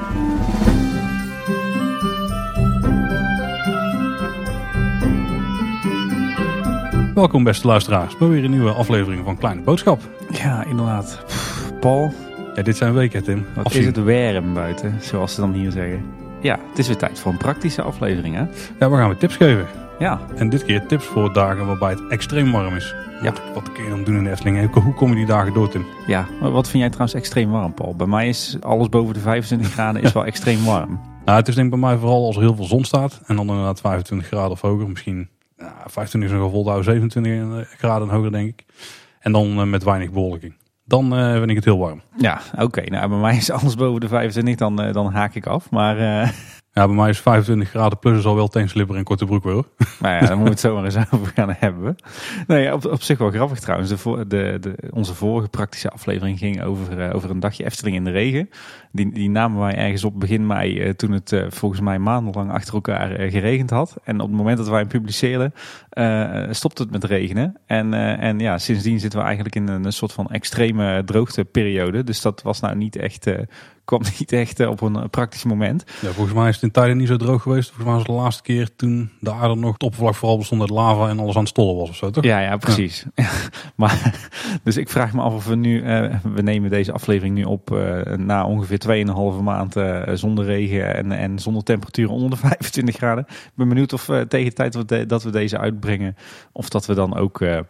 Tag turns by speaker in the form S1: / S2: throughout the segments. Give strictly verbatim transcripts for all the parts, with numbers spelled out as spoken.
S1: Welkom beste luisteraars bij weer een nieuwe aflevering van Kleine Boodschap.
S2: Ja, inderdaad. Pff, Paul.
S1: Ja, dit zijn weken, Tim.
S2: Wat
S1: Afzien.
S2: is het warm buiten, zoals ze dan hier zeggen. Ja, het is weer tijd voor een praktische aflevering, hè?
S1: Ja, we gaan weer tips geven.
S2: Ja.
S1: En dit keer tips voor dagen waarbij het extreem warm is.
S2: Ja.
S1: Wat, wat kun je dan doen in de Efteling? Hoe kom je die dagen door, Tim?
S2: Ja, maar wat vind jij trouwens extreem warm, Paul? Bij mij is alles boven de vijfentwintig graden is wel extreem warm.
S1: Nou, het is denk ik bij mij vooral als er heel veel zon staat. En dan inderdaad vijfentwintig graden of hoger. Misschien ja, vijfentwintig is nog wel vol te houden, zevenentwintig graden en hoger denk ik. En dan uh, met weinig bewolking. Dan uh, vind ik het heel warm.
S2: Ja, oké. Okay. Nou, bij mij is alles boven de vijfentwintig, dan, uh, dan haak ik af. Maar... Uh...
S1: Ja, bij mij is vijfentwintig graden plus is al wel teenslipper en korte broek hoor.
S2: Nou ja, daar moeten we het zo maar eens over gaan hebben. Nee, op, op zich wel grappig trouwens. De, de, de, onze vorige praktische aflevering ging over, uh, over een dagje Efteling in de regen. Die, die namen wij ergens op begin mei, uh, toen het uh, volgens mij maandenlang achter elkaar uh, geregend had. En op het moment dat wij hem publiceerden, uh, stopte het met regenen. En, uh, en ja, sindsdien zitten we eigenlijk in een, een soort van extreme droogteperiode. Dus dat was nou niet echt... Uh, kwam niet echt op een praktisch moment.
S1: Ja, volgens mij is het in tijden niet zo droog geweest. Volgens mij was het de laatste keer toen de aarde nog het oppervlak vooral bestond uit lava en alles aan het stollen was of zo, toch?
S2: Ja, ja, precies. Ja. Maar, dus ik vraag me af of we nu, uh, we nemen deze aflevering nu op uh, na ongeveer tweeënhalve maand uh, zonder regen en, en zonder temperatuur onder de vijfentwintig graden. Ik ben benieuwd of uh, tegen de tijd dat we, de, dat we deze uitbrengen, of dat we dan ook uh, uh,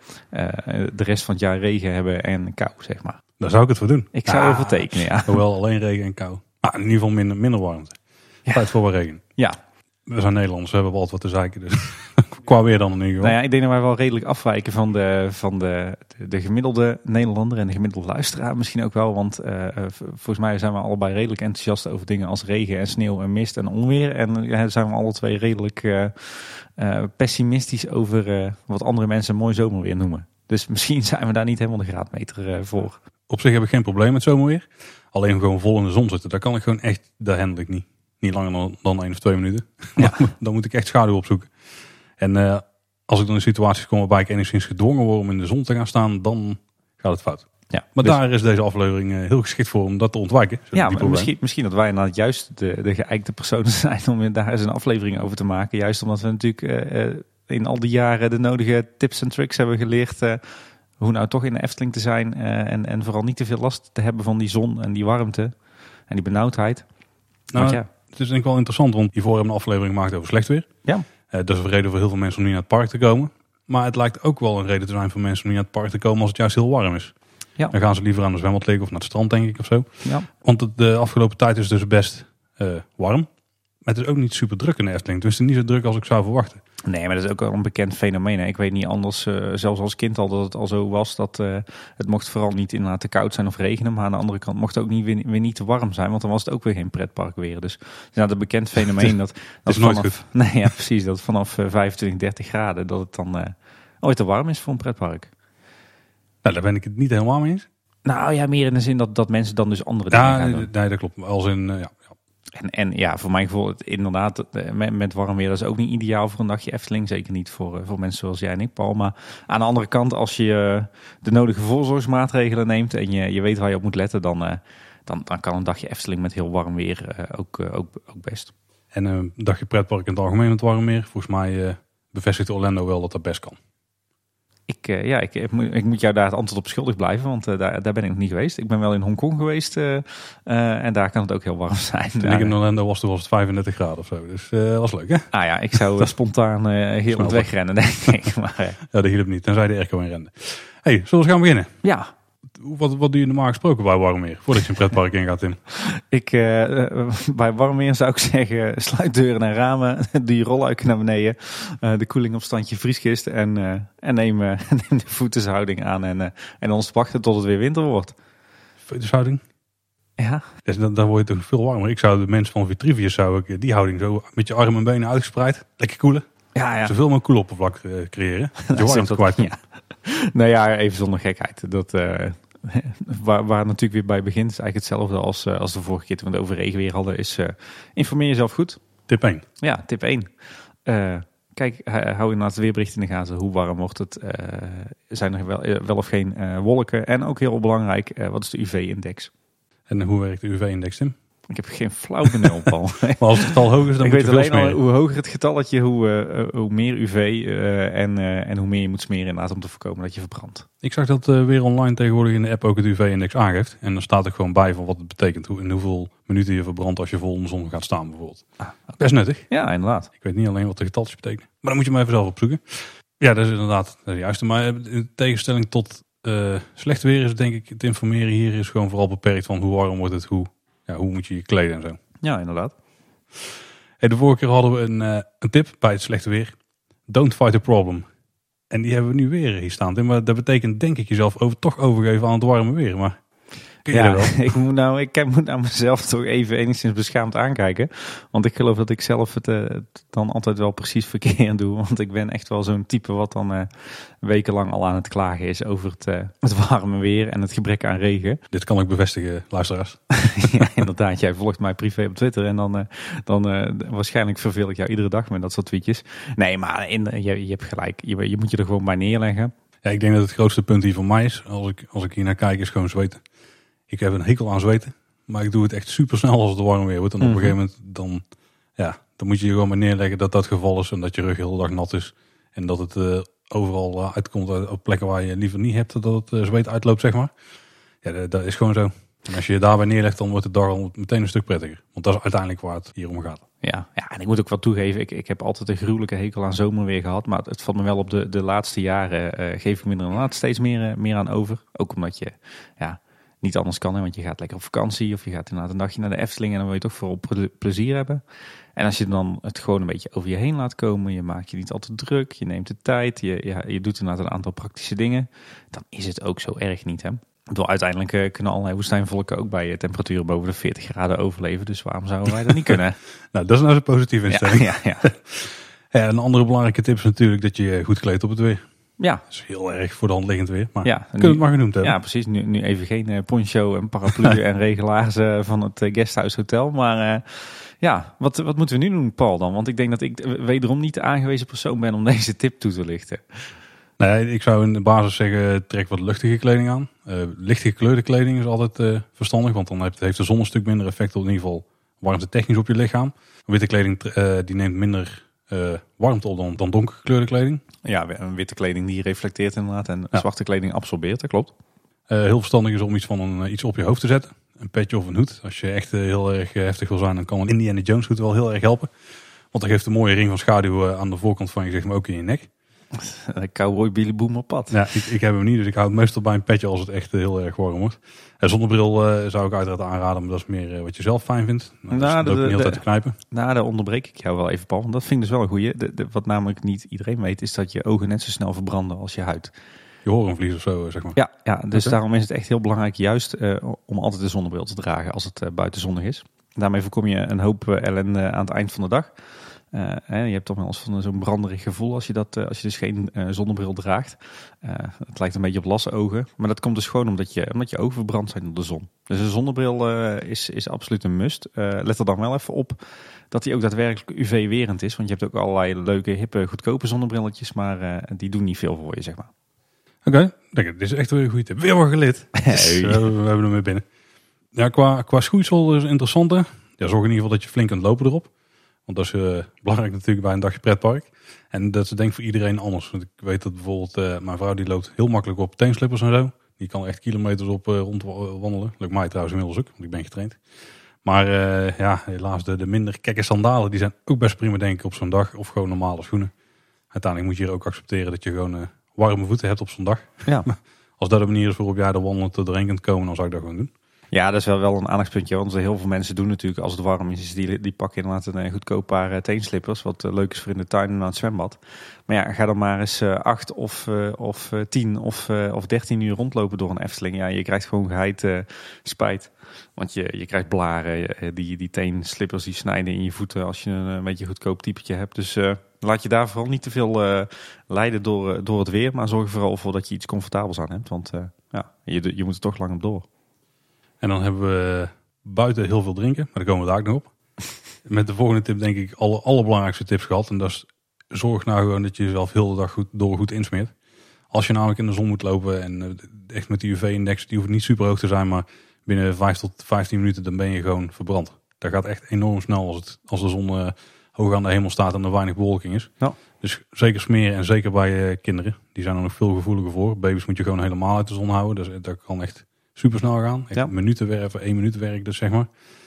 S2: de rest van het jaar regen hebben en kou, zeg maar.
S1: Daar zou ik het voor doen.
S2: Ik zou
S1: ah,
S2: ervoor tekenen, ja.
S1: Hoewel alleen regen en kou. Ah, in ieder geval minder, minder warmte. Ja. Tijd voor wat regen.
S2: Ja.
S1: We zijn Nederlanders, we hebben wel wat te zeiken. Dus qua weer dan in ieder geval.
S2: Nou ja, ik denk dat wij wel redelijk afwijken van de, van de, de, de gemiddelde Nederlander en de gemiddelde luisteraar misschien ook wel. Want uh, volgens mij zijn we allebei redelijk enthousiast over dingen als regen en sneeuw en mist en onweer. En uh, zijn we alle twee redelijk uh, uh, pessimistisch over uh, wat andere mensen mooi zomerweer noemen. Dus misschien zijn we daar niet helemaal de graadmeter uh, voor.
S1: Op zich heb ik geen probleem met zomerweer. Alleen gewoon vol in de zon zitten. Daar kan ik gewoon echt, daar handel ik niet. Niet langer dan, dan één of twee minuten. Ja. Dan moet ik echt schaduw opzoeken. En uh, als ik dan in situaties kom waarbij ik enigszins gedwongen word om in de zon te gaan staan, dan gaat het fout.
S2: Ja,
S1: maar
S2: dus...
S1: daar is deze aflevering uh, heel geschikt voor om dat te ontwijken.
S2: Ja, maar misschien, misschien dat wij nou juist de, de geëikte personen zijn om daar eens een aflevering over te maken. Juist omdat we natuurlijk uh, in al die jaren de nodige tips en tricks hebben geleerd. Uh, Hoe nou toch in de Efteling te zijn uh, en, en vooral niet te veel last te hebben van die zon en die warmte en die benauwdheid.
S1: Nou,
S2: want ja.
S1: Het is denk ik wel interessant, want hiervoor hebben we een aflevering gemaakt over slecht weer.
S2: Ja.
S1: Uh, dat is een reden voor heel veel mensen om niet naar het park te komen. Maar het lijkt ook wel een reden te zijn voor mensen om niet naar het park te komen als het juist heel warm is.
S2: Ja. Dan
S1: gaan ze liever aan de zwembad liggen of naar het strand denk ik of zo.
S2: Ja.
S1: Want het, de afgelopen tijd is dus best uh, warm. Maar het is ook niet super druk in de Efteling. Dus het is niet zo druk als ik zou verwachten.
S2: Nee, maar dat is ook wel een bekend fenomeen. Hè. Ik weet niet anders, uh, zelfs als kind al, dat het al zo was dat uh, het mocht vooral niet inderdaad te koud zijn of regenen. Maar aan de andere kant mocht het ook niet, weer, weer niet te warm zijn, want dan was het ook weer geen pretpark weer. Dus het is nou een bekend fenomeen dat, dat
S1: is nooit
S2: vanaf,
S1: goed.
S2: Nee, ja, precies, dat vanaf uh, vijfentwintig, dertig graden dat het dan uh, ooit te warm is voor een pretpark.
S1: Nou, daar ben ik het niet helemaal mee eens.
S2: Nou ja, meer in de zin dat, dat mensen dan dus andere
S1: ja,
S2: dingen gaan doen.
S1: Nee, dat klopt. Als in, uh, ja.
S2: En, en ja, voor mijn gevoel, het, inderdaad, met, met warm weer, dat is ook niet ideaal voor een dagje Efteling. Zeker niet voor, voor mensen zoals jij en ik, Paul. Maar aan de andere kant, als je de nodige voorzorgsmaatregelen neemt en je, je weet waar je op moet letten, dan, uh, dan, dan kan een dagje Efteling met heel warm weer uh, ook, uh, ook, ook best.
S1: En uh, een dagje pretpark in het algemeen met warm weer. Volgens mij uh, bevestigt Orlando wel dat dat best kan.
S2: Ik, uh, ja, ik, ik, moet, ik moet jou daar het antwoord op schuldig blijven, want uh, daar, daar ben ik nog niet geweest. Ik ben wel in Hongkong geweest uh, uh, en daar kan het ook heel warm zijn.
S1: Toen ik in Orlando was, toen was het vijfendertig graden of zo. Dus dat uh, was leuk, hè?
S2: Ah ja, ik zou uh, spontaan uh, heel het wegrennen, denk ik. Maar, uh.
S1: Ja, dat hielp niet, tenzij de airco in rende. Hey, zullen we gaan beginnen?
S2: Ja.
S1: Wat, wat doe je normaal gesproken bij warm weer? Voordat je een pretpark in gaat, Tim.
S2: Ik, uh, bij warm weer zou ik zeggen, sluit deuren en ramen. Doe je rolluiken naar beneden. Uh, de koeling op standje vrieskist. En, uh, en neem, uh, neem de voetenshouding aan. En, uh, en ons wachten tot het weer winter wordt.
S1: Voetenshouding?
S2: Ja.
S1: Dus dan, dan word je toch veel warmer. Ik zou de mensen van Vitruvius, zou ik die houding zo met je armen en benen uitgespreid. Lekker koelen.
S2: Ja, ja.
S1: Zoveel mogelijk koeloppervlak uh, creëren. Dat je warmte kwijt kunt.
S2: Ja. Nou ja, even zonder gekheid. Dat, uh, waar, waar het natuurlijk weer bij begint is eigenlijk hetzelfde als, uh, als de vorige keer toen we het over regenweer hadden. Is uh, informeer jezelf goed.
S1: Tip één.
S2: Ja, tip één. Uh, kijk, hou inderdaad het weerbericht in de gaten. Hoe warm wordt het? Uh, zijn er wel, wel of geen uh, wolken? En ook heel belangrijk, uh, wat is de U V-index?
S1: En hoe werkt de U V-index, Tim?
S2: Ik heb geen flauw benul, Paul.
S1: Maar als het getal hoog is, dan
S2: ik
S1: moet je
S2: weet
S1: veel
S2: alleen al
S1: smeren.
S2: hoe hoger het getalletje, hoe, uh, hoe meer U V uh, en, uh, en hoe meer je moet smeren inderdaad om te voorkomen dat je verbrandt.
S1: Ik zag dat uh, weer online tegenwoordig in de app ook het U V-index aangeeft. En dan staat er gewoon bij van wat het betekent. Hoe, in hoeveel minuten je verbrandt als je vol in de zon gaat staan bijvoorbeeld.
S2: Ah, okay.
S1: Best nuttig.
S2: Ja, inderdaad.
S1: Ik weet niet alleen wat de getalletjes betekenen. Maar dan moet je maar even zelf opzoeken. Ja, dat is inderdaad de juiste. Maar in tegenstelling tot uh, slecht weer is het denk ik, het informeren hier is gewoon vooral beperkt van hoe warm wordt het, hoe, ja, hoe moet je je kleden en zo.
S2: Ja, inderdaad.
S1: Hey, de vorige keer hadden we een, uh, een tip bij het slechte weer. Don't fight a problem. En die hebben we nu weer hier staan. Maar dat betekent denk ik jezelf over, toch overgeven aan het warme weer. Maar kun je
S2: ja,
S1: dat wel?
S2: ik moet nou, ik moet nou mezelf toch even enigszins beschaamd aankijken. Want ik geloof dat ik zelf het, uh, het dan altijd wel precies verkeerd doe. Want ik ben echt wel zo'n type wat dan uh, wekenlang al aan het klagen is over het, uh, het warme weer en het gebrek aan regen.
S1: Dit kan ik bevestigen, luisteraars.
S2: Ja, inderdaad. Jij volgt mij privé op Twitter en dan, uh, dan uh, waarschijnlijk verveel ik jou iedere dag met dat soort tweetjes. Nee, maar in, je, je hebt gelijk. Je, je moet je er gewoon bij neerleggen.
S1: Ja, ik denk dat het grootste punt hier voor mij is, als ik, als ik hier naar kijk, is gewoon zweten. Ik heb een hekel aan zweten, maar ik doe het echt super snel als het warm weer wordt. En op een gegeven moment dan, ja, dan moet je je gewoon maar neerleggen dat dat het geval is en dat je rug heel de dag nat is. En dat het uh, overal uh, uitkomt op plekken waar je liever niet hebt dat het uh, zweet uitloopt, zeg maar. Ja, dat, dat is gewoon zo. En als je je daarbij neerlegt, dan wordt het dag al meteen een stuk prettiger. Want dat is uiteindelijk waar het hier om gaat.
S2: Ja, ja, en ik moet ook wel toegeven, ik, ik heb altijd een gruwelijke hekel aan zomerweer gehad. Maar het, het valt me wel op de, de laatste jaren, uh, geef ik me er inderdaad steeds meer, uh, meer aan over. Ook omdat je, ja, niet anders kan, hè, want je gaat lekker op vakantie of je gaat inderdaad een dagje naar de Efteling en dan wil je toch vooral plezier hebben. En als je dan het gewoon een beetje over je heen laat komen, je maakt je niet al te druk, je neemt de tijd, je, je, je doet inderdaad een aantal praktische dingen, dan is het ook zo erg niet, hè. Door uiteindelijk uh, kunnen allerlei woestijnvolken ook bij uh, temperaturen boven de veertig graden overleven. Dus waarom zouden wij dat niet kunnen?
S1: Nou, dat is nou een positieve instelling.
S2: Ja, ja, ja.
S1: Ja, een andere belangrijke tip is natuurlijk dat je goed kleedt op het weer.
S2: Ja.
S1: Dat is heel erg voor de hand liggend weer. Maar
S2: ja,
S1: kun je het maar genoemd hebben.
S2: Ja, precies. Nu, nu even geen uh, poncho en paraplu en regelaars uh, van het uh, Guesthouse Hotel. Maar uh, ja, wat, wat moeten we nu doen, Paul, dan? Want ik denk dat ik wederom niet de aangewezen persoon ben om deze tip toe te lichten.
S1: Nee, ik zou in de basis zeggen, trek wat luchtige kleding aan. Uh, licht gekleurde kleding is altijd uh, verstandig, want dan heeft, heeft de zon een stuk minder effect op in ieder geval warmte technisch op je lichaam. Witte kleding uh, die neemt minder uh, warmte op dan, dan donkergekleurde kleding.
S2: Ja, een witte kleding die reflecteert inderdaad en
S1: ja.
S2: zwarte kleding absorbeert, dat klopt.
S1: Uh, heel verstandig is om iets van een, iets op je hoofd te zetten. Een petje of een hoed. Als je echt uh, heel erg uh, heftig wil zijn, dan kan een Indiana Jones hoed wel heel erg helpen. Want dat geeft een mooie ring van schaduw uh, aan de voorkant van je gezicht, maar ook in je nek.
S2: Een cowboy Billy Boom op pad.
S1: Ja, ik, ik heb hem niet, dus ik hou het meestal bij een petje als het echt uh, heel erg warm wordt. Een zonnebril uh, zou ik uiteraard aanraden, maar dat is meer uh, wat je zelf fijn vindt. Nou,
S2: nou,
S1: dat is ook niet altijd
S2: de,
S1: te knijpen.
S2: Nou, daar onderbreek ik jou wel even, Paul. Want dat vind ik dus wel een goeie. De, de, wat namelijk niet iedereen weet, is dat je ogen net zo snel verbranden als je huid.
S1: Je hoornvlies of zo, zeg maar.
S2: Ja, ja dus
S1: okay.
S2: daarom is het echt heel belangrijk juist uh, om altijd de zonnebril te dragen als het uh, buiten zonnig is. Daarmee voorkom je een hoop uh, ellende aan het eind van de dag. Uh, hè, je hebt toch wel eens van zo'n branderig gevoel als je, dat, uh, als je dus geen uh, zonnebril draagt. Uh, het lijkt een beetje op lasogen. Maar dat komt dus gewoon omdat je, omdat je ogen verbrand zijn door de zon. Dus een zonnebril uh, is, is absoluut een must. Uh, let er dan wel even op dat die ook daadwerkelijk U V-werend is. Want je hebt ook allerlei leuke, hippe, goedkope zonnebrilletjes. Maar uh, die doen niet veel voor je, zeg maar.
S1: Oké, okay. Dit is echt weer een goede tip. Weer wat gelid. Hey. we, we hebben hem weer binnen. Ja, qua, qua schoeisel is het interessante. Ja, zorg in ieder geval dat je flink kunt lopen erop. Want dat is uh, belangrijk natuurlijk bij een dagje pretpark. En dat is denk ik voor iedereen anders. Want ik weet dat bijvoorbeeld uh, mijn vrouw die loopt heel makkelijk op teenslippers en zo. Die kan echt kilometers op uh, rondwandelen. Lukt mij trouwens inmiddels ook, want ik ben getraind. Maar uh, ja, helaas de, de minder kekke sandalen die zijn ook best prima denk ik op zo'n dag. Of gewoon normale schoenen. Uiteindelijk moet je hier ook accepteren dat je gewoon uh, warme voeten hebt op zo'n dag.
S2: Ja.
S1: Als dat de manier is waarop jij er wandelend doorheen kunt komen, dan zou ik dat gewoon doen.
S2: Ja, dat is wel, wel een aandachtspuntje. Want heel veel mensen doen natuurlijk als het warm is, die, die pakken inderdaad een goedkoop paar uh, teenslippers. Wat uh, leuk is voor in de tuin en aan het zwembad. Maar ja, ga dan maar eens uh, acht of, uh, of uh, tien of, uh, of dertien uur rondlopen door een Efteling. Ja, je krijgt gewoon geheid uh, spijt. Want je, je krijgt blaren, uh, die, die teenslippers die snijden in je voeten als je een, een beetje goedkoop typetje hebt. Dus uh, laat je daar vooral niet te veel uh, leiden door, uh, door het weer. Maar zorg er vooral voor dat je iets comfortabels aan hebt. Want uh, ja, je, je moet er toch lang op door.
S1: En dan hebben we buiten heel veel drinken, maar daar komen we daar ook nog op. Met de volgende tip denk ik alle allerbelangrijkste tips gehad. En dat is zorg nou gewoon dat je jezelf heel de dag goed, door goed insmeert. Als je namelijk in de zon moet lopen en echt met die U V-index, die hoeft niet super hoog te zijn, maar binnen vijf tot vijftien minuten dan ben je gewoon verbrand. Dat gaat echt enorm snel als, het, als de zon uh, hoog aan de hemel staat en er weinig bewolking is.
S2: Ja.
S1: Dus zeker smeren en zeker bij uh, kinderen. Die zijn er nog veel gevoeliger voor. Baby's moet je gewoon helemaal uit de zon houden. Dus dat kan echt super snel gaan. Echt
S2: ja.
S1: minuten werken, één minuut werk dus zeg maar.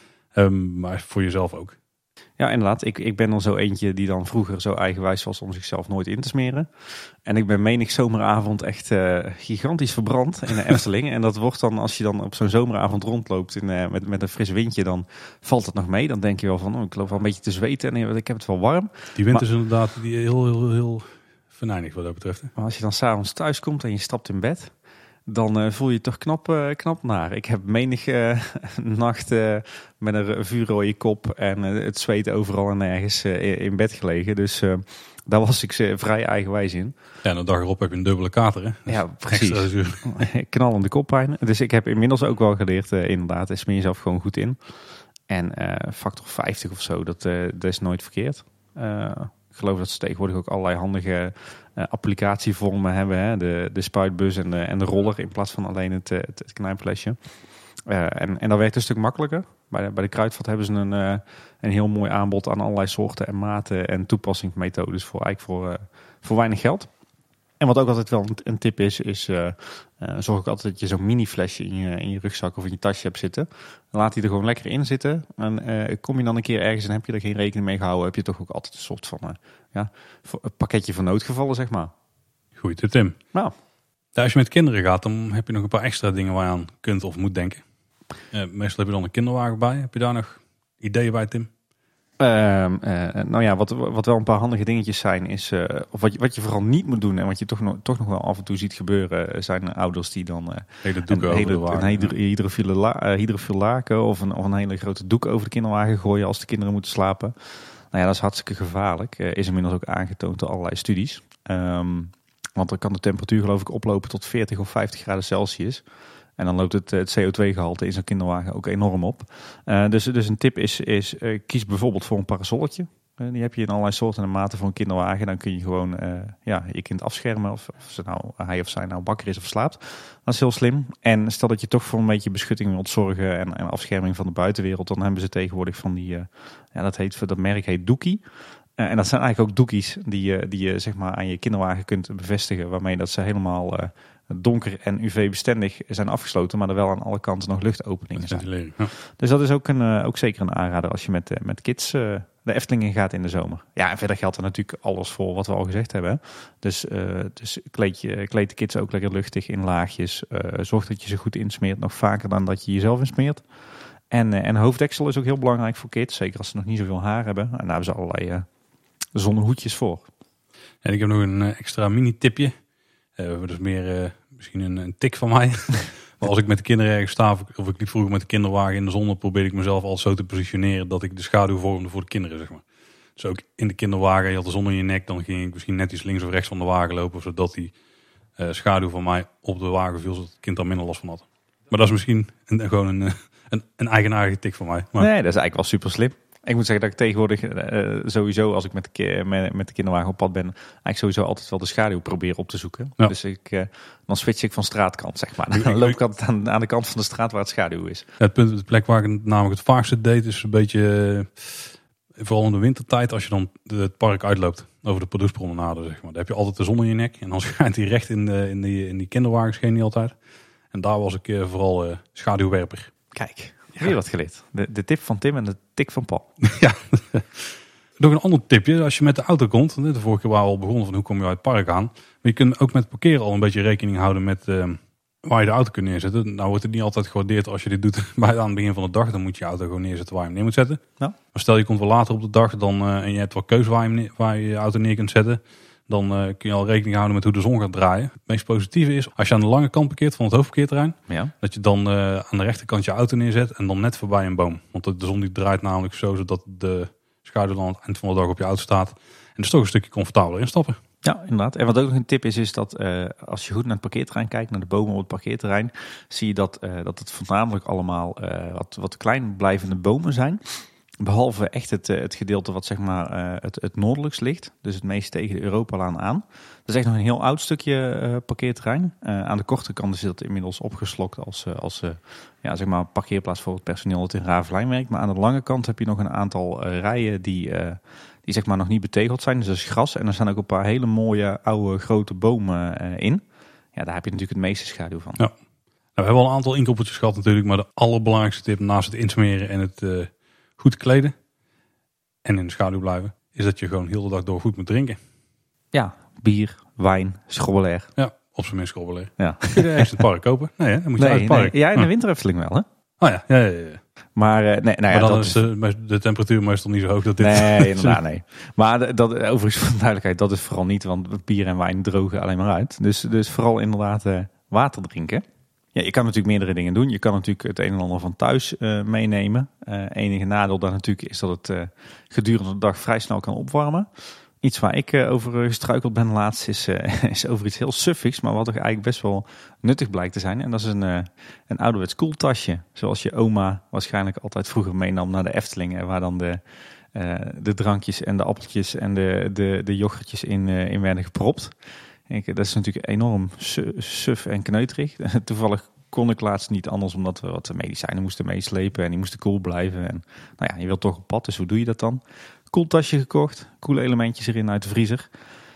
S1: Um, maar voor jezelf ook.
S2: Ja, inderdaad. Ik, ik ben dan zo eentje die dan vroeger zo eigenwijs was om zichzelf nooit in te smeren. En ik ben menig zomeravond echt uh, gigantisch verbrand in de Efteling. En dat wordt dan, als je dan op zo'n zomeravond rondloopt in, uh, met, met een fris windje, dan valt het nog mee. Dan denk je wel van, oh, ik loop wel een beetje te zweten en ik heb het wel warm.
S1: Die wind
S2: maar,
S1: is inderdaad die heel, heel, heel venijnig wat dat betreft. Hè?
S2: Maar als je dan s'avonds thuis komt en je stapt in bed, dan uh, voel je je toch knap, uh, knap naar. Ik heb menig uh, nacht uh, met een vuurrode kop en uh, het zweet overal en nergens uh, in bed gelegen. Dus uh, daar was ik uh, vrij eigenwijs in.
S1: Ja, en de dag erop heb je een dubbele kater, hè? Dus
S2: ja, precies. Knallende koppijn. Dus ik heb inmiddels ook wel geleerd, uh, inderdaad, is me jezelf gewoon goed in. En uh, factor vijftig of zo, dat, uh, dat is nooit verkeerd. Uh, Ik geloof dat ze tegenwoordig ook allerlei handige uh, applicatievormen hebben. Hè? De, de spuitbus en de, en de roller in plaats van alleen het, het, het knijpflesje. Uh, en, en dat werkt een stuk makkelijker. Bij de, bij de Kruidvat hebben ze een, uh, een heel mooi aanbod aan allerlei soorten en maten en toepassingsmethodes voor, eigenlijk voor, uh, voor weinig geld. En wat ook altijd wel een, een tip is, is uh, uh, zorg ook altijd dat je zo'n mini flesje in je, in je rugzak of in je tasje hebt zitten. Laat die er gewoon lekker in zitten. En uh, kom je dan een keer ergens en heb je er geen rekening mee gehouden, heb je toch ook altijd een soort van uh, ja, een pakketje van noodgevallen, zeg maar.
S1: Goeie tip, Tim.
S2: Nou.
S1: Ja, als je met kinderen gaat, dan heb je nog een paar extra dingen waar je aan kunt of moet denken. Uh, meestal heb je dan een kinderwagen bij. Heb je daar nog ideeën bij, Tim?
S2: Uh, uh, nou ja, wat, wat wel een paar handige dingetjes zijn, is, uh, of wat je, wat je vooral niet moet doen en wat je toch nog, toch nog wel af en toe ziet gebeuren, zijn ouders die dan uh,
S1: hele
S2: een, hele, een hydro, hydrofiele, la, uh, hydrofiel laken of een, of een hele grote doek over de kinderwagen gooien als de kinderen moeten slapen. Nou ja, dat is hartstikke gevaarlijk. Uh, is inmiddels ook aangetoond door allerlei studies. Um, want dan kan de temperatuur geloof ik oplopen tot veertig of vijftig graden Celsius. En dan loopt het, het C O twee gehalte in zo'n kinderwagen ook enorm op. Uh, dus, dus een tip is, is uh, kies bijvoorbeeld voor een parasolletje. Uh, die heb je in allerlei soorten en maten voor een kinderwagen. Dan kun je gewoon uh, ja, je kind afschermen of, of ze nou, hij of zij nou wakker is of slaapt. Dat is heel slim. En stel dat je toch voor een beetje beschutting wilt zorgen en, en afscherming van de buitenwereld. Dan hebben ze tegenwoordig van die, uh, ja, dat, heet, dat merk heet Doekie. Uh, en dat zijn eigenlijk ook doekies die, uh, die je zeg maar aan je kinderwagen kunt bevestigen. Waarmee dat ze helemaal uh, donker en U V-bestendig zijn afgesloten. Maar er wel aan alle kanten nog luchtopeningen zijn.
S1: Ja.
S2: Dus dat is ook, een, uh, ook zeker een aanrader als je met, uh, met kids uh, de Efteling in gaat in de zomer. Ja, en verder geldt er natuurlijk alles voor wat we al gezegd hebben. Dus, uh, dus kleed, je, kleed de kids ook lekker luchtig in laagjes. Uh, zorg dat je ze goed insmeert. Nog vaker dan dat je jezelf insmeert. En, uh, en hoofddeksel is ook heel belangrijk voor kids. Zeker als ze nog niet zoveel haar hebben. En daar hebben ze allerlei uh, zonnehoedjes voor.
S1: En ik heb nog een uh, extra mini-tipje. Uh, dat is meer uh, misschien een, een tik van mij. Maar als ik met de kinderen ergens sta, of ik, of ik liep vroeger met de kinderwagen in de zon, probeerde ik mezelf al zo te positioneren dat ik de schaduw vormde voor de kinderen, zeg maar. Dus ook in de kinderwagen, je had de zon in je nek, dan ging ik misschien net iets links of rechts van de wagen lopen, zodat die uh, schaduw van mij op de wagen viel, zodat het kind daar minder last van had. Maar dat is misschien een, gewoon een, een, een eigenaardige tik van mij. Maar...
S2: Nee, dat is eigenlijk wel super slim. Ik moet zeggen dat ik tegenwoordig uh, sowieso, als ik met de, met, met de kinderwagen op pad ben, eigenlijk sowieso altijd wel de schaduw probeer op te zoeken. Ja. Dus ik, uh, dan switch ik van straatkant, zeg maar. Dan loop ik altijd aan, aan de kant van de straat waar het schaduw is.
S1: Ja, het punt, de plek waar ik namelijk het vaakste deed, is een beetje, uh, vooral in de wintertijd, als je dan het park uitloopt, over de Pardoespromenade, zeg maar. Dan heb je altijd de zon in je nek en dan schijnt die recht in, de, in, die, in die kinderwagen, scheen niet altijd. En daar was ik uh, vooral uh, schaduwwerper.
S2: Kijk. Ja. Weer wat geleerd. De, de tip van Tim en de tik van Paul.
S1: Ja. Nog een ander tipje. Als je met de auto komt. De vorige keer waren we al begonnen van hoe kom je uit het park aan. Maar je kunt ook met parkeren al een beetje rekening houden met uh, waar je de auto kunt neerzetten. Nou wordt het niet altijd gewaardeerd als je dit doet bij aan het begin van de dag. Dan moet je je auto gewoon neerzetten waar je hem neer moet zetten. Ja. Maar stel je komt wel later op de dag dan, uh, en je hebt wel keuze waar je, neer, waar je je auto neer kunt zetten. Dan uh, kun je al rekening houden met hoe de zon gaat draaien. Het meest positieve is als je aan de lange kant parkeert van het hoofdparkeerterrein. Ja. Dat je dan uh, aan de rechterkant je auto neerzet en dan net voorbij een boom. Want de, de zon die draait namelijk zo zodat de schaduw dan aan het eind van de dag op je auto staat. En dus toch een stukje comfortabeler instappen.
S2: Ja, inderdaad. En wat ook nog een tip is, is dat uh, als je goed naar het parkeerterrein kijkt, naar de bomen op het parkeerterrein, zie je dat, uh, dat het voornamelijk allemaal uh, wat, wat klein blijvende bomen zijn. Behalve echt het, het gedeelte wat zeg maar uh, het, het noordelijkst ligt. Dus het meest tegen de Europalaan aan. Dat is echt nog een heel oud stukje uh, parkeerterrein. Uh, aan de korte kant is dat inmiddels opgeslokt als, uh, als uh, ja, zeg maar parkeerplaats voor het personeel dat in Ravelijn werkt. Maar aan de lange kant heb je nog een aantal uh, rijen die, uh, die zeg maar nog niet betegeld zijn. Dus dat is gras. En er staan ook een paar hele mooie oude grote bomen uh, in. Ja, daar heb je natuurlijk het meeste schaduw van.
S1: Ja. Nou, we hebben al een aantal inkoppertjes gehad natuurlijk. Maar de allerbelangrijkste tip naast het insmeren en het uh, goed kleden en in de schaduw blijven, is dat je gewoon heel de dag door goed moet drinken.
S2: Ja, bier, wijn, schrobbelair.
S1: Ja, op zijn minst schrobbelair.
S2: Ja.
S1: Kun je eerst het park kopen? Nee, hè? Dan moet je
S2: nee,
S1: uit het park.
S2: Nee. Ja, in de winter Efteling wel, hè?
S1: Oh ja, ja, ja, ja.
S2: Maar, uh, nee, nou
S1: maar
S2: ja,
S1: dan
S2: dat
S1: is de, de temperatuur meestal niet zo hoog dat dit...
S2: Nee, inderdaad, nee. Maar dat, overigens voor de duidelijkheid, dat is vooral niet, want bier en wijn drogen alleen maar uit. Dus, dus vooral inderdaad uh, water drinken. Ja, je kan natuurlijk meerdere dingen doen. Je kan natuurlijk het een en ander van thuis uh, meenemen. Uh, enige nadeel daar natuurlijk is dat het uh, gedurende de dag vrij snel kan opwarmen. Iets waar ik uh, over gestruikeld ben laatst is, uh, is over iets heel suffigs, maar wat toch eigenlijk best wel nuttig blijkt te zijn. En dat is een, uh, een ouderwets koeltasje. Zoals je oma waarschijnlijk altijd vroeger meenam naar de Efteling. Waar dan de, uh, de drankjes en de appeltjes en de, de, de yoghurtjes in, uh, in werden gepropt. Ik, dat is natuurlijk enorm suf en kneuterig. Toevallig kon ik laatst niet anders, omdat we wat medicijnen moesten meeslepen en die moesten koel blijven. En nou ja, je wilt toch op pad, dus hoe doe je dat dan? Koeltasje gekocht, koele elementjes erin uit de vriezer.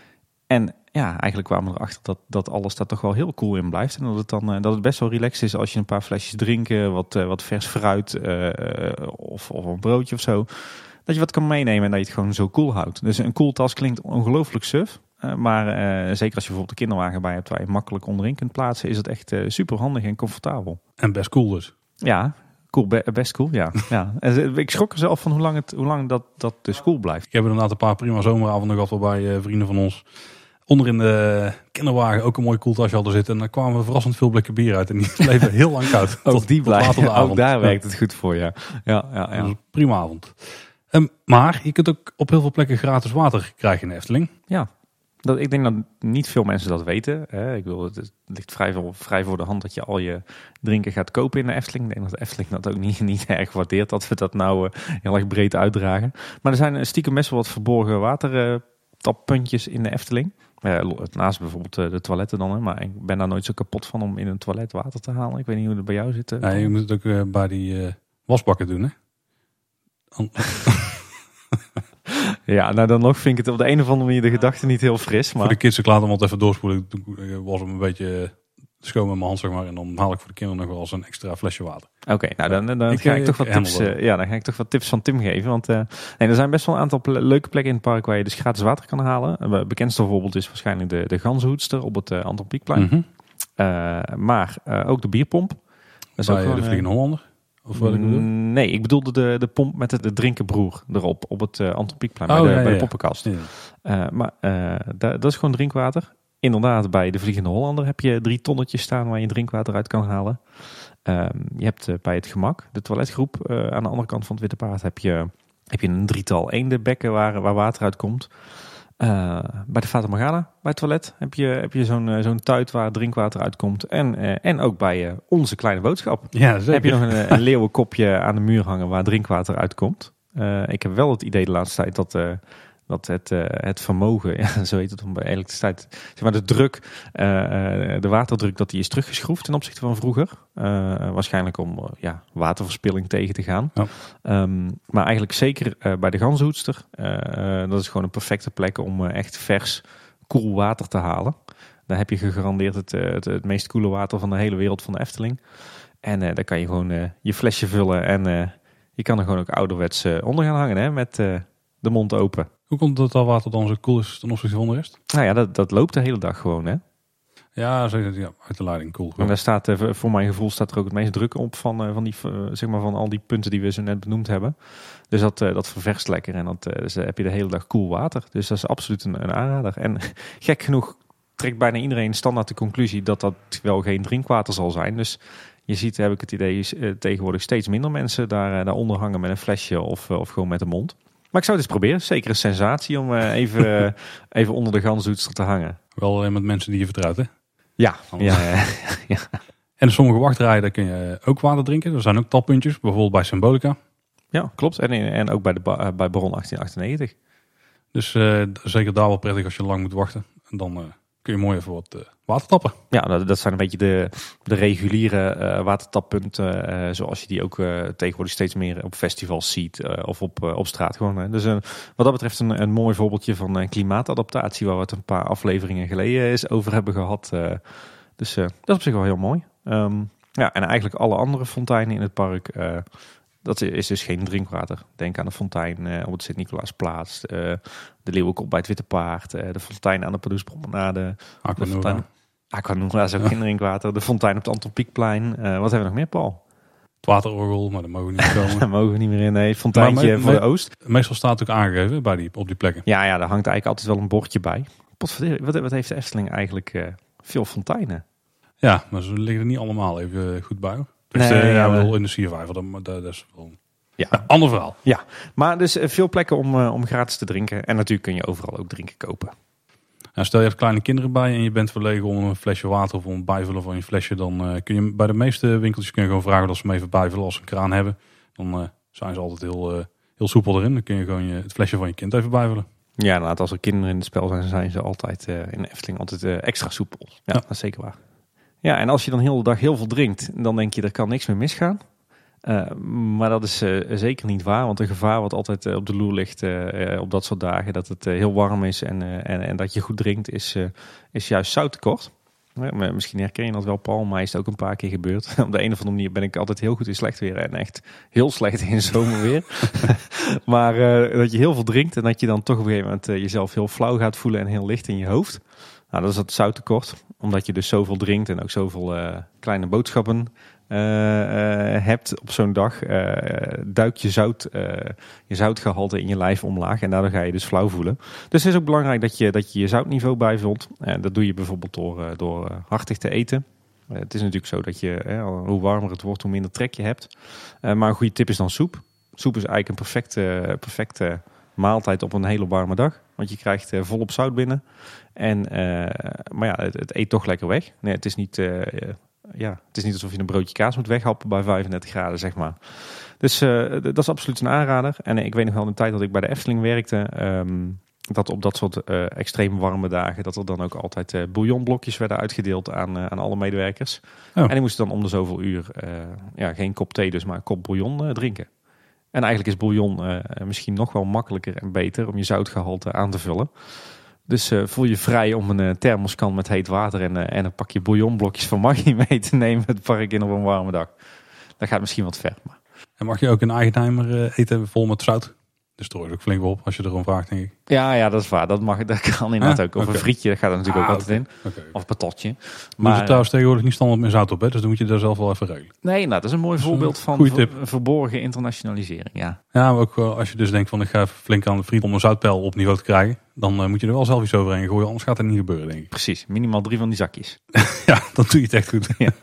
S2: En ja, eigenlijk kwamen we erachter dat, dat alles daar toch wel heel cool in blijft. En dat het dan uh, dat het best wel relaxed is als je een paar flesjes drinken, wat, uh, wat vers fruit uh, of, of een broodje of zo. Dat je wat kan meenemen en dat je het gewoon zo cool houdt. Dus een koeltas klinkt ongelooflijk suf. Uh, maar uh, zeker als je bijvoorbeeld de kinderwagen bij hebt waar je makkelijk onderin kunt plaatsen, is het echt uh, super handig en comfortabel.
S1: En best cool dus.
S2: Ja, cool, be- best cool, ja. ja. En ik schrok er zelf van hoe lang, het, hoe lang dat, dat dus cool blijft.
S1: Ik heb inderdaad een paar prima zomeravonden gehad waarbij uh, vrienden van ons onder in de kinderwagen ook een mooi koeltasje hadden zitten. En daar kwamen verrassend veel blikken bier uit. En die bleven heel lang koud.
S2: Ook
S1: tot,
S2: die blijven, ook daar
S1: ja.
S2: werkt het goed voor, ja. Ja, ja, ja.
S1: Dus prima avond. Um, maar je kunt ook op heel veel plekken gratis water krijgen in de Efteling.
S2: Ja. Dat, ik denk dat niet veel mensen dat weten. Hè. Ik bedoel, het ligt vrij, vrij voor de hand dat je al je drinken gaat kopen in de Efteling. Ik denk dat de Efteling dat ook niet, niet erg waardeert, dat we dat nou uh, heel erg breed uitdragen. Maar er zijn stiekem best wel wat verborgen watertappuntjes uh, in de Efteling. Uh, naast bijvoorbeeld uh, de toiletten dan. Hè. Maar ik ben daar nooit zo kapot van om in een toilet water te halen. Ik weet niet hoe het bij jou zit. Uh,
S1: ja, je moet het ook uh, bij die uh, wasbakken doen, hè?
S2: Ja, nou dan nog vind ik het op de een of andere manier de gedachte niet heel fris. Maar...
S1: Voor de kids, ik laat hem altijd even doorspoelen. Toen was hem een beetje schoon met mijn hand, zeg maar. En dan haal ik voor de kinderen nog wel eens een extra flesje water.
S2: Oké, okay, nou dan, dan, dan
S1: ik,
S2: ga ik, ik toch wat
S1: ik
S2: tips. Uh, ja, dan ga ik toch wat tips van Tim geven. Want uh, nee, er zijn best wel een aantal ple- leuke plekken in het park waar je dus gratis water kan halen. Uh, bekendste voorbeeld is waarschijnlijk de, de Ganzenhoedster op het uh, Anton Pieckplein.
S1: Mm-hmm.
S2: Uh, maar uh, ook de bierpomp. Dat
S1: is bij ook gewoon, de Vliegende Hollander? Of wat ik bedoel?
S2: Nee, ik bedoelde de, de pomp met het de drinkenbroer erop. Op het uh, Anton Pieckplein,
S1: oh,
S2: bij, de,
S1: ja,
S2: bij
S1: ja.
S2: de poppenkast.
S1: Ja.
S2: Uh, maar uh, da, dat is gewoon drinkwater. Inderdaad, bij de Vliegende Hollander heb je drie tonnetjes staan waar je drinkwater uit kan halen. Uh, je hebt uh, bij het Gemak, de toiletgroep, uh, aan de andere kant van het Witte Paard, heb je, heb je een drietal eendenbekken waar, waar water uit komt. Uh, bij de Fata Morgana, bij het toilet, heb je, heb je zo'n, uh, zo'n tuit waar drinkwater uitkomt. En, uh, en ook bij uh, Onze Kleine Boodschap
S1: ja, zeker.
S2: heb je nog een, een leeuwenkopje aan de muur hangen waar drinkwater uitkomt. Uh, ik heb wel het idee de laatste tijd dat... Uh, dat het, uh, het vermogen, ja, zo heet het dan bij elektriciteit, zeg maar de druk, uh, de waterdruk, dat die is teruggeschroefd ten opzichte van vroeger. Uh, waarschijnlijk om uh, ja, waterverspilling tegen te gaan.
S1: Ja.
S2: Um, maar eigenlijk zeker uh, bij de Ganzenhoedster. Uh, uh, dat is gewoon een perfecte plek om uh, echt vers, koel water te halen. Daar heb je gegarandeerd het, uh, het, het meest koele water van de hele wereld van de Efteling. En uh, daar kan je gewoon uh, je flesje vullen en uh, je kan er gewoon ook ouderwets uh, onder gaan hangen, hè, met uh, de mond open.
S1: Hoe komt het dat dat water dan zo koel is ten opzichte van de rest?
S2: Nou ja, dat, dat loopt de hele dag gewoon, hè?
S1: Ja, zeg het, ja, uit de leiding, cool.
S2: En daar staat, voor mijn gevoel, staat er ook het meest druk op van, van, die, zeg maar van al die punten die we zo net benoemd hebben. Dus dat, dat ververst lekker en dat, dus heb je de hele dag koel water. Dus dat is absoluut een, een aanrader. En gek genoeg trekt bijna iedereen standaard de conclusie dat dat wel geen drinkwater zal zijn. Dus je ziet, heb ik het idee, tegenwoordig steeds minder mensen daar, daaronder hangen met een flesje of, of gewoon met de mond. Maar ik zou het eens proberen. Zeker een sensatie om uh, even, uh, even onder de Ganzenhoedster te hangen.
S1: Wel alleen met mensen die je vertrouwt, hè?
S2: Ja. ja, ja, ja.
S1: En in sommige wachtrijen daar kun je ook water drinken. Er zijn ook tappuntjes, bijvoorbeeld bij Symbolica.
S2: Ja, klopt. En, en ook bij, de, bij Baron achttien achtennegentig.
S1: Dus uh, zeker daar wel prettig als je lang moet wachten. En dan uh, kun je mooi even wat uh, water tappen.
S2: Ja, dat, dat zijn een beetje de, de reguliere uh, watertappunten. Uh, zoals je die ook uh, tegenwoordig steeds meer op festivals ziet. Uh, of op, uh, op straat gewoon. Hè. Dus uh, wat dat betreft een, een mooi voorbeeldje van uh, klimaatadaptatie. Waar we het een paar afleveringen geleden eens over hebben gehad. Uh, dus uh, dat is op zich wel heel mooi. Um, ja, en eigenlijk alle andere fonteinen in het park... Uh, Dat is dus geen drinkwater. Denk aan de fontein uh, op het Sint-Nicolaasplaats. Uh, de Leeuwenkop bij het Witte Paard. Uh, de fontein aan de Pardoespromenade.
S1: Aquanura.
S2: Aquanura is ook ja. geen drinkwater. De fontein op het Anton Pieckplein. Uh, wat hebben we nog meer, Paul?
S1: Het waterorgel, maar daar mogen we niet komen.
S2: Daar mogen we niet meer in. Nee, fonteintje me, voor me, de Oost.
S1: Meestal staat het ook aangegeven bij die, op die plekken.
S2: Ja, ja, daar hangt eigenlijk altijd wel een bordje bij. Potverdorie, wat, wat heeft de Efteling eigenlijk uh, veel fonteinen?
S1: Ja, maar ze liggen er niet allemaal even goed bij. Dus
S2: nee,
S1: de, ja,
S2: ja,
S1: wel in de Survivor, dat, dat, dat is wel
S2: ja.
S1: een ander verhaal.
S2: Ja, maar dus veel plekken om, uh, om gratis te drinken. En natuurlijk kun je overal ook drinken kopen.
S1: Nou, stel je hebt kleine kinderen bij en je bent verlegen om een flesje water of om het bijvullen van je flesje. Dan uh, kun je bij de meeste winkeltjes kun je gewoon vragen dat ze hem even bijvullen als ze een kraan hebben. Dan uh, zijn ze altijd heel, uh, heel soepel erin. Dan kun je gewoon je, het flesje van je kind even bijvullen.
S2: Ja, inderdaad, als er kinderen in het spel zijn, zijn ze altijd uh, in de Efteling altijd uh, extra soepel. Ja, ja, dat is zeker waar. Ja, en als je dan heel de dag heel veel drinkt, dan denk je er kan niks meer misgaan. Uh, maar dat is uh, zeker niet waar, want een gevaar wat altijd uh, op de loer ligt uh, uh, op dat soort dagen, dat het uh, heel warm is en, uh, en, en dat je goed drinkt, is, uh, is juist zouttekort. Ja, maar misschien herken je dat wel, Paul, maar is het ook een paar keer gebeurd. Op de een of andere manier ben ik altijd heel goed in slecht weer en echt heel slecht in zomerweer. Maar uh, dat je heel veel drinkt en dat je dan toch op een gegeven moment uh, jezelf heel flauw gaat voelen en heel licht in je hoofd. Nou, dat is het zouttekort, omdat je dus zoveel drinkt en ook zoveel uh, kleine boodschappen uh, uh, hebt op zo'n dag. Uh, duik je, zout, uh, je zoutgehalte in je lijf omlaag en daardoor ga je dus flauw voelen. Dus het is ook belangrijk dat je dat je, je zoutniveau bijvult. Uh, dat doe je bijvoorbeeld door, uh, door uh, hartig te eten. Uh, het is natuurlijk zo dat je, uh, hoe warmer het wordt, hoe minder trek je hebt. Uh, maar een goede tip is dan soep. Soep is eigenlijk een perfecte, perfecte maaltijd op een hele warme dag. Want je krijgt uh, volop zout binnen. En, uh, maar ja, het, het eet toch lekker weg. Nee, het is niet, uh, ja, het is niet alsof je een broodje kaas moet weghappen bij vijfendertig graden, zeg maar. Dus uh, dat is absoluut een aanrader. En ik weet nog wel in de tijd dat ik bij de Efteling werkte, Um, dat op dat soort uh, extreem warme dagen, dat er dan ook altijd uh, bouillonblokjes werden uitgedeeld aan, uh, aan alle medewerkers. Oh. En die moesten dan om de zoveel uur, uh, ja, geen kop thee dus, maar een kop bouillon uh, drinken. En eigenlijk is bouillon uh, misschien nog wel makkelijker en beter om je zoutgehalte aan te vullen. Dus uh, voel je vrij om een uh, thermoskan met heet water en, uh, en een pakje bouillonblokjes van Maggi mee te nemen het park in op een warme dag. Dat gaat misschien wat ver. Maar...
S1: En mag je ook een Eigenheimer uh, eten vol met zout? Dus er ook flink op als je erom vraagt, denk ik.
S2: Ja, ja, dat is waar. Dat, mag, dat kan inderdaad ah, ook. Of okay. Een frietje, dat gaat er natuurlijk ah, ook altijd okay. in. Okay. Of een patatje.
S1: Maar er trouwens tegenwoordig niet standaard met zout op, hè? Dus dan moet je daar zelf wel even regelen.
S2: Nee, nou, dat is een mooi voorbeeld van ver, verborgen internationalisering. Ja,
S1: ja, maar ook als je dus denkt van ik ga even flink aan de friet om een zoutpeil op niveau te krijgen. Dan uh, moet je er wel zelf iets overheen gooien, anders gaat het niet gebeuren, denk ik.
S2: Precies, minimaal drie van die zakjes.
S1: Ja, dan doe je het echt goed. Ja.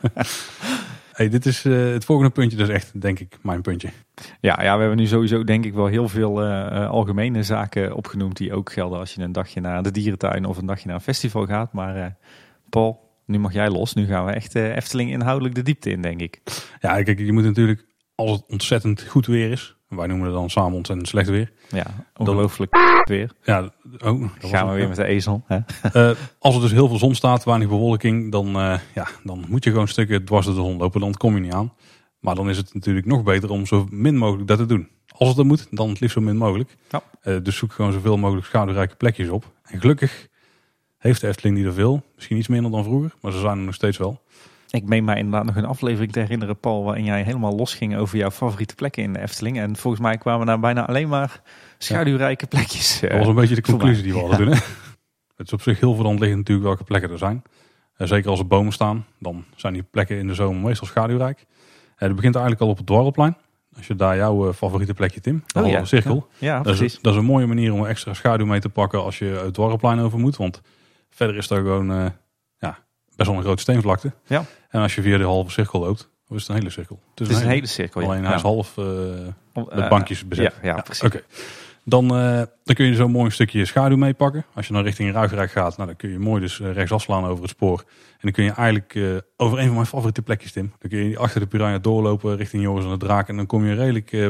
S1: Hey, dit is uh, het volgende puntje, dus echt, denk ik, mijn puntje.
S2: Ja, ja, we hebben nu sowieso, denk ik, wel heel veel uh, algemene zaken opgenoemd die ook gelden als je een dagje naar de dierentuin of een dagje naar een festival gaat. Maar uh, Paul, nu mag jij los. Nu gaan we echt uh, Efteling inhoudelijk de diepte in, denk ik.
S1: Ja, kijk, je moet natuurlijk, als het ontzettend goed weer is, wij noemen het dan samen ontzettend slecht weer.
S2: Ja, ongelooflijk dan, weer.
S1: Ja, oh,
S2: gaan we weer met de ezel. Hè?
S1: Uh, als er dus heel veel zon staat, weinig bewolking, dan, uh, ja, dan moet je gewoon stukken dwars door de zon lopen. Dan kom je niet aan. Maar dan is het natuurlijk nog beter om zo min mogelijk dat te doen. Als het er moet, dan het liefst zo min mogelijk. Ja. Uh, dus zoek gewoon zoveel mogelijk schaduwrijke plekjes op. En gelukkig heeft de Efteling niet er veel. Misschien iets minder dan vroeger, maar ze zijn er nog steeds wel.
S2: Ik meen mij inderdaad nog een aflevering te herinneren, Paul, waarin jij helemaal losging over jouw favoriete plekken in de Efteling. En volgens mij kwamen daar bijna alleen maar schaduwrijke plekjes.
S1: Dat was een beetje de conclusie die we hadden doen. Hè? Het is op zich heel veranderd liggen natuurlijk welke plekken er zijn. Uh, zeker als er bomen staan, dan zijn die plekken in de zomer meestal schaduwrijk. Uh, dat begint eigenlijk al op het Dwarrelplein. Als je daar jouw uh, favoriete plekje, Tim, de oh, ja. cirkel.
S2: Ja, ja,
S1: dat,
S2: precies.
S1: Is, dat is een mooie manier om extra schaduw mee te pakken als je het Dwarrelplein over moet. Want verder is daar gewoon uh, ja, best wel een grote steenvlakte. Ja. En als je via de halve cirkel loopt, dan is het een hele cirkel.
S2: Het is, het is een, een hele cirkel,
S1: alleen
S2: ja.
S1: hij is half uh, met bankjes bezet.
S2: Ja, ja, precies.
S1: Ja, okay. Dan, uh, dan kun je zo'n mooi stukje schaduw meepakken. Als je dan richting Ruigrijk gaat, nou, dan kun je mooi dus uh, rechtsaf slaan over het spoor. En dan kun je eigenlijk uh, over een van mijn favoriete plekjes, Tim. Dan kun je achter de Piranha doorlopen richting Joris en de Draak. En dan kom je redelijk uh,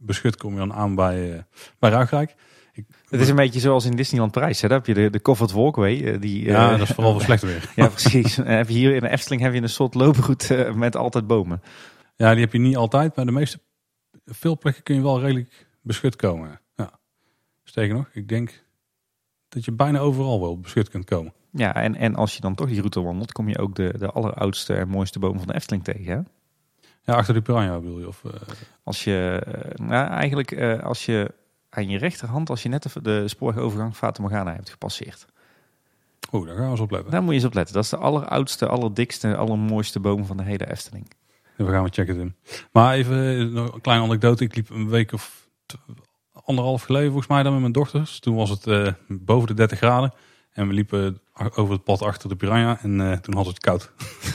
S1: beschut kom je dan aan bij, uh, bij Ruigrijk. Ik,
S2: het is een beetje zoals in Disneyland Parijs. Hè? Daar heb je de, de Covered Walkway. Uh, die, uh,
S1: ja, dat is vooral voor slecht weer.
S2: Ja, precies. En heb je hier in de Efteling heb je een soort looproute uh, met altijd bomen.
S1: Ja, die heb je niet altijd. Maar de meeste, veel plekken kun je wel redelijk beschut komen. Ja. Sterker nog, ik denk dat je bijna overal wel beschut kunt komen.
S2: Ja, en, en als je dan toch die route wandelt, kom je ook de, de alleroudste en mooiste boom van de Efteling tegen. Hè?
S1: Ja, achter de Piranha bedoel je? Of, uh...
S2: Als je, uh, nou eigenlijk uh, als je aan je rechterhand, als je net de, de spoorwegovergang Fata Morgana hebt gepasseerd.
S1: Oeh, daar gaan we eens op letten.
S2: Daar moet je eens op letten. Dat is de alleroudste, allerdikste, allermooiste boom van de hele Efteling.
S1: En we gaan we checken doen. Maar even nog een kleine anekdote. Ik liep een week of t- anderhalf geleden volgens mij dan met mijn dochters. Toen was het uh, boven de dertig graden. En we liepen over het pad achter de Piranha. En uh, toen had het koud.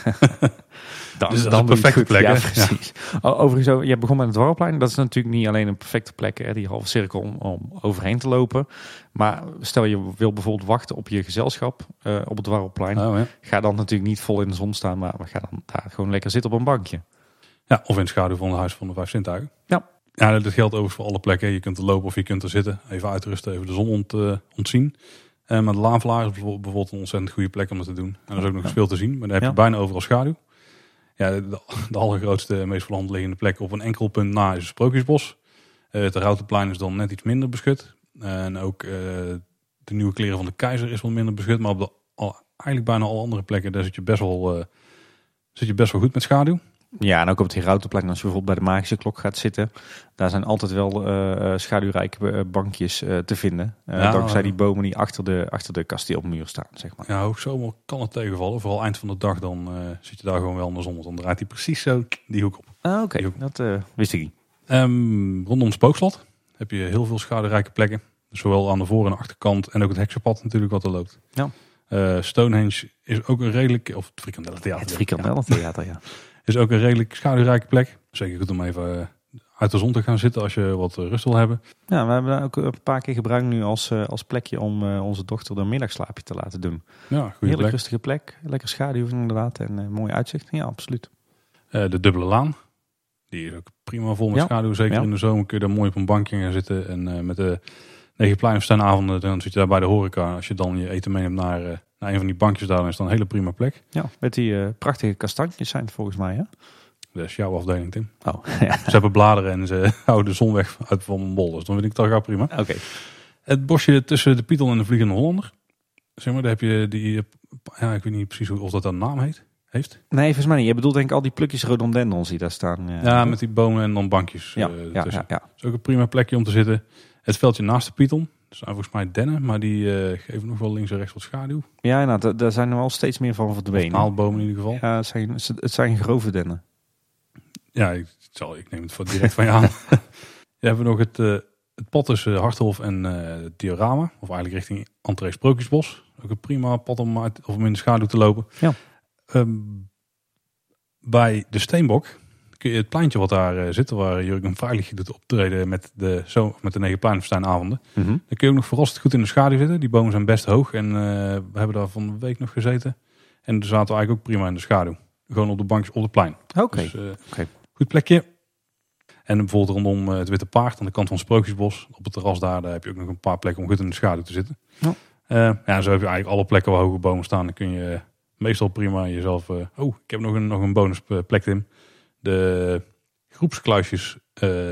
S2: Dan,
S1: dus dat
S2: dan
S1: is een perfecte plek.
S2: Ja,
S1: hè?
S2: precies. Ja. Overigens, je begon met het Dwarrelplein. Dat is natuurlijk niet alleen een perfecte plek, hè, die halve cirkel om, om overheen te lopen. Maar stel je wil bijvoorbeeld wachten op je gezelschap uh, op het Dwarrelplein.
S1: Oh, ja.
S2: Ga dan natuurlijk niet vol in de zon staan, maar ga dan daar gewoon lekker zitten op een bankje.
S1: Ja, of in het schaduw van het Huis van de Vijf Zintuigen.
S2: Ja.
S1: Ja, dat geldt overigens voor alle plekken. Je kunt er lopen of je kunt er zitten. Even uitrusten, even de zon ont, uh, ontzien. Uh, maar de Lavelaar is bijvoorbeeld een ontzettend goede plek om dat te doen. En er is ook nog eens veel te zien. Maar dan heb je
S2: Ja.
S1: bijna overal schaduw. Ja, de, de allergrootste, meest voor de hand liggende plek op een enkel punt na is het Sprookjesbos. Uh, het Routenplein is dan net iets minder beschut. Uh, en ook uh, de Nieuwe Kleren van de Keizer is wat minder beschut. Maar op de, al, eigenlijk bijna alle andere plekken, daar zit je best wel, uh, zit je best wel goed met schaduw.
S2: Ja, en ook op het Herautenplein, als je bijvoorbeeld bij de Magische Klok gaat zitten, daar zijn altijd wel uh, schaduwrijke bankjes uh, te vinden. Uh,
S1: Ja,
S2: dankzij
S1: uh,
S2: die bomen die achter de, achter de kasteelmuur staan, zeg maar.
S1: Ja, hoogzomer kan het tegenvallen. Vooral eind van de dag, dan uh, zit je daar gewoon wel in de zon. Want dan draait hij precies zo die hoek op.
S2: Ah, oké. Okay. Dat uh, wist ik niet.
S1: Um, rondom het Spookslot heb je heel veel schaduwrijke plekken. Zowel aan de voor- en achterkant en ook het heksenpad natuurlijk wat er loopt.
S2: Ja.
S1: Uh, Stonehenge is ook een redelijk, of het Frikandellentheater.
S2: Het Frikandellentheater, ja.
S1: Is ook een redelijk schaduwrijke plek. Zeker goed om even uh, uit de zon te gaan zitten als je wat uh, rust wil hebben.
S2: Ja, we hebben daar ook een paar keer gebruikt nu als, uh, als plekje om uh, onze dochter een middagslaapje te laten doen.
S1: Ja, goede
S2: Heerlijk
S1: plek.
S2: rustige plek, lekker schaduw inderdaad en uh, mooi uitzicht. Ja, absoluut.
S1: Uh, de Dubbele Laan, die is ook prima vol met ja. schaduw. Zeker ja. in de zomer kun je daar mooi op een bankje gaan zitten. En uh, met de Negenpleinenfestijnavonden, dan zit je daar bij de horeca. Als je dan je eten meeneemt naar, uh, naar een van die bankjes daar, dan is dat een hele prima plek.
S2: Ja, met die uh, prachtige kastanjes zijn het volgens mij, hè?
S1: Dat is jouw afdeling, Tim.
S2: Oh, ja.
S1: Ze hebben bladeren en ze houden de zon weg uit van mijn bol. Dus dan vind ik het al prima.
S2: Oké. Okay.
S1: Het bosje tussen de Pietel en de Vliegende Hollander. Zeg maar, daar heb je die... Ja, ik weet niet precies of dat een naam heet. Heeft?
S2: Nee, volgens mij niet. Je bedoelt denk ik al die plukjes rhododendrons die daar staan. Uh,
S1: ja, met die bomen en dan bankjes.
S2: Ja,
S1: uh,
S2: ja,
S1: tussen.
S2: ja, ja.
S1: Dat is ook een prima plekje om te zitten. Het veldje naast de Pietel. Dat zijn volgens mij dennen, maar die uh, geven nog wel links en rechts wat schaduw.
S2: Ja, nou, daar zijn er wel steeds meer van verdwenen.
S1: Haalbomen in ieder geval.
S2: Ja, het zijn, het zijn grove dennen.
S1: Ja, ik, zal, ik neem het voor direct van je aan. Dan hebben we nog het, uh, het pad tussen Harthof en uh, het Diorama. Of eigenlijk richting Entree Sprookjesbos. Ook een prima pad om, uit, of om in de schaduw te lopen.
S2: Ja.
S1: Um, bij de Steenbok kun je het pleintje wat daar uh, zit, waar Jurgen Freilich doet optreden met de, zo, met de Negenpleinenfestijnavonden.
S2: Mm-hmm.
S1: Dan kun je ook nog verrassend goed in de schaduw zitten. Die bomen zijn best hoog en uh, we hebben daar van de week nog gezeten. En daar zaten we eigenlijk ook prima in de schaduw. Gewoon op de bankjes op het plein.
S2: Oké. Okay.
S1: Dus, uh,
S2: okay.
S1: Goed plekje. En bijvoorbeeld rondom uh, het Witte Paard aan de kant van Sprookjesbos. Op het terras daar, daar heb je ook nog een paar plekken om goed in de schaduw te zitten. Ja. Uh, ja, zo heb je eigenlijk alle plekken waar hoge bomen staan. Dan kun je uh, meestal prima jezelf... Uh, oh, ik heb nog een, nog een bonusplek, Tim. De groepskluisjes uh,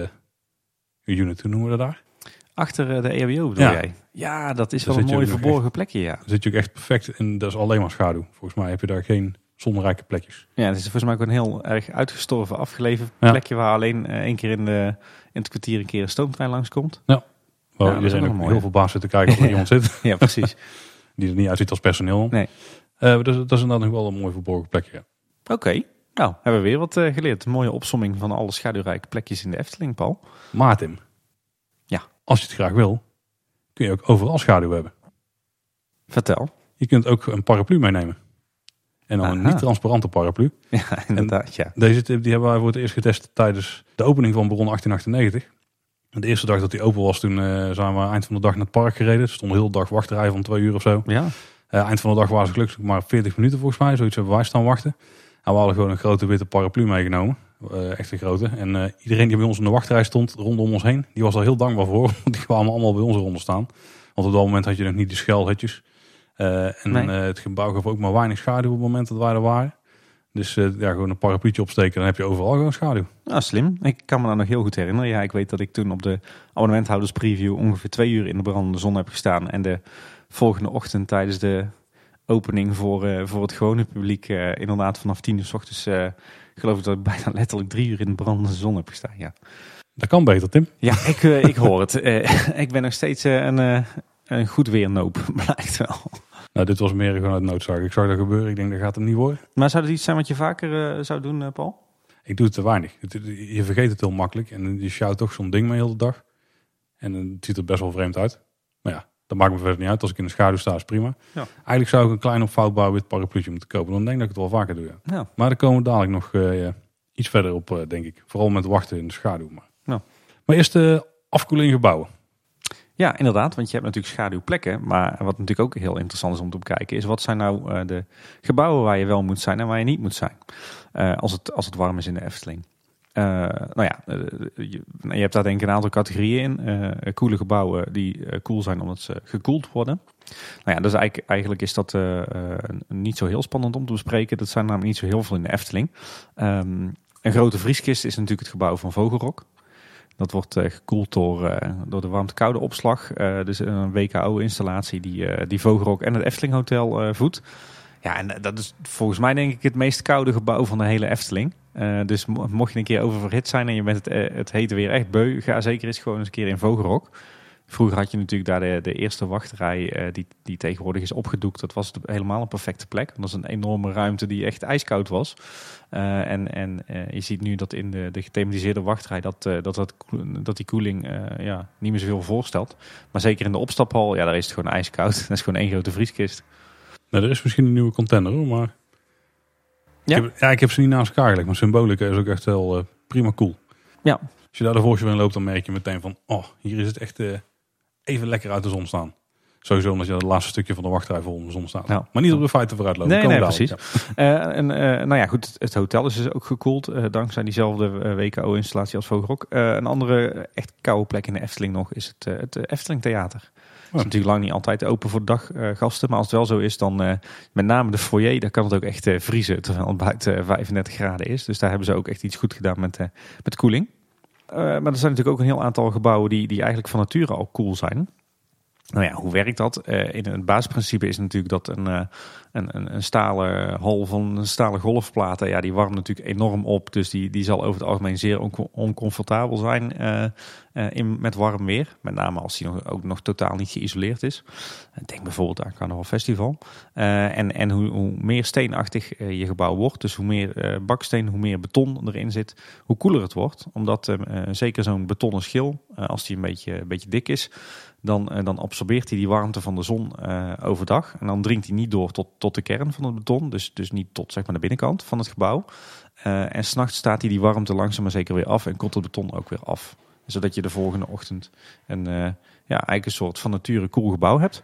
S1: unit, hoe noemen we dat daar?
S2: Achter de E H B O bedoel
S1: ja.
S2: jij? Ja, dat is daar wel een mooi verborgen echt, plekje, ja.
S1: Daar zit je ook echt perfect en dat is alleen maar schaduw. Volgens mij heb je daar geen zonnerijke plekjes.
S2: Ja, het is volgens mij ook een heel erg uitgestorven, afgeleverd ja. plekje waar alleen uh, één keer in, de, in het kwartier een keer een stoomtrein langskomt.
S1: Ja, waar
S2: ja,
S1: iedereen ook mooi, heel veel baas zit te kijken of er iemand zit.
S2: Ja, precies.
S1: Die er niet uitziet als personeel.
S2: Nee.
S1: Uh, dat, dat is inderdaad nog wel een mooi verborgen plekje. Ja.
S2: Oké. Okay. Nou, hebben we weer wat uh, geleerd. Een mooie opsomming van alle schaduwrijke plekjes in de Efteling, Paul.
S1: Maar Tim,
S2: ja.
S1: als je het graag wil, kun je ook overal schaduw hebben.
S2: Vertel.
S1: Je kunt ook een paraplu meenemen. En dan Aha. een niet-transparante paraplu.
S2: Ja, inderdaad, ja.
S1: Deze tip die hebben wij voor het eerst getest tijdens de opening van Baron achttien achtennegentig. De eerste dag dat die open was, toen uh, zijn we eind van de dag naar het park gereden. Er stond een hele dag wachtrij van twee uur of zo.
S2: Ja.
S1: Uh, eind van de dag waren ze gelukkig maar veertig minuten volgens mij. Zoiets hebben wij staan wachten. En we hadden gewoon een grote witte paraplu meegenomen. Uh, echt een grote. En uh, iedereen die bij ons in de wachtrij stond rondom ons heen, die was er heel dankbaar voor. Want die kwamen allemaal bij ons eronder staan. Want op dat moment had je nog niet de schuilhutjes. Uh, en nee. uh, het gebouw gaf ook maar weinig schaduw op het moment dat wij er waren. Dus uh, ja, gewoon een parapluutje opsteken, dan heb je overal gewoon schaduw.
S2: Nou, slim. Ik kan me dat nog heel goed herinneren. Ja, ik weet dat ik toen op de abonnementhouderspreview ongeveer twee uur in de brandende zon heb gestaan. En de volgende ochtend tijdens de opening voor, uh, voor het gewone publiek uh, inderdaad vanaf tien uur 's ochtends uh, geloof ik dat ik bijna letterlijk drie uur in de brandende zon heb gestaan. Ja.
S1: Dat kan beter, Tim.
S2: Ja, ik, uh, ik hoor het. Uh, ik ben nog steeds uh, een, uh, een goed weernoop, blijkt wel.
S1: Nou, dit was meer gewoon uit noodzaak. Ik zag dat gebeuren. Ik denk dat gaat het niet worden.
S2: Maar zou dat iets zijn wat je vaker uh, zou doen, uh, Paul?
S1: Ik doe het te weinig. Het, je vergeet het heel makkelijk. En je sjouwt toch zo'n ding mee heel de dag. En het ziet er best wel vreemd uit. Maar ja, dat maakt me verder niet uit. Als ik in de schaduw sta is prima. Ja. Eigenlijk zou ik een klein opvouwbaar wit parapluutje moeten kopen. Dan denk ik dat ik het wel vaker doe. Ja. Ja. Maar daar komen we dadelijk nog uh, ja, iets verder op, uh, denk ik. Vooral met wachten in de schaduw. Maar, ja. maar eerst de uh, afkoeling gebouwen.
S2: Ja, inderdaad, want je hebt natuurlijk schaduwplekken. Maar wat natuurlijk ook heel interessant is om te bekijken is wat zijn nou uh, de gebouwen waar je wel moet zijn en waar je niet moet zijn. Uh, als, het, als het warm is in de Efteling. Uh, nou ja, uh, je, je hebt daar denk ik een aantal categorieën in. Uh, koele gebouwen die uh, koel zijn omdat ze gekoeld worden. Nou ja, dus eigenlijk, eigenlijk is dat uh, uh, niet zo heel spannend om te bespreken. Dat zijn namelijk niet zo heel veel in de Efteling. Um, een grote vrieskist is natuurlijk het gebouw van Vogelrok. Dat wordt uh, gekoeld door, uh, door de warmte-koude opslag. Uh, dus een W K O-installatie die, uh, die Vogelrok en het Efteling Hotel uh, voedt. Ja, en dat is volgens mij denk ik het meest koude gebouw van de hele Efteling. Uh, dus mocht je een keer oververhit zijn en je bent het, uh, het hete weer echt beu, ga zeker eens gewoon eens een keer in Vogelrok. Vroeger had je natuurlijk daar de, de eerste wachtrij uh, die, die tegenwoordig is opgedoekt. Dat was helemaal een perfecte plek. Dat was een enorme ruimte die echt ijskoud was. Uh, en en uh, je ziet nu dat in de, de gethematiseerde wachtrij dat, uh, dat, dat, dat die koeling uh, ja, niet meer zoveel voorstelt. Maar zeker in de opstaphal, ja, daar is het gewoon ijskoud. Dat is gewoon één grote vrieskist.
S1: Nou, er is misschien een nieuwe contender hoor, maar... Ja? Ik heb, ja, ik heb ze niet naast elkaar gelegd, maar Symbolica is ook echt wel uh, prima cool. Ja. Als je daar de voorshow in loopt, dan merk je meteen van... Oh, hier is het echt uh, even lekker uit de zon staan. Sowieso omdat je het laatste stukje van de wachtrij vol in de zon staat. Nou, maar niet op de feiten vooruit lopen.
S2: Nee, nee, precies. Ja. Uh, en, uh, nou ja, goed, het hotel is dus ook gekoeld. Uh, dankzij diezelfde uh, W K O-installatie als Vogelrok. Uh, een andere echt koude plek in de Efteling nog is het, uh, het Efteling Theater. Het is natuurlijk lang niet altijd open voor daggasten. Uh, maar als het wel zo is, dan uh, met name de foyer, daar kan het ook echt uh, vriezen. Terwijl het buiten uh, vijfendertig graden is. Dus daar hebben ze ook echt iets goed gedaan met, uh, met koeling. Uh, maar er zijn natuurlijk ook een heel aantal gebouwen die, die eigenlijk van nature al koel zijn. Nou ja, hoe werkt dat? Uh, in het basisprincipe is natuurlijk dat een, uh, een, een stalen hal van een stalen golfplaten, ja, die warmt natuurlijk enorm op. Dus die, die zal over het algemeen zeer on- oncomfortabel zijn uh, uh, in, met warm weer. Met name als die nog, ook nog totaal niet geïsoleerd is. Denk bijvoorbeeld aan Carnaval Festival. Uh, en en hoe, hoe meer steenachtig uh, je gebouw wordt, dus hoe meer uh, baksteen, hoe meer beton erin zit, hoe koeler het wordt. Omdat uh, zeker zo'n betonnen schil, uh, als die een beetje, een beetje dik is, Dan, uh, dan absorbeert hij die warmte van de zon uh, overdag. En dan dringt hij niet door tot, tot de kern van het beton. Dus, dus niet tot zeg maar, de binnenkant van het gebouw. Uh, en s'nachts staat hij die warmte langzaam maar zeker weer af. En komt het beton ook weer af. Zodat je de volgende ochtend een, uh, ja, eigenlijk een soort van nature koel gebouw hebt.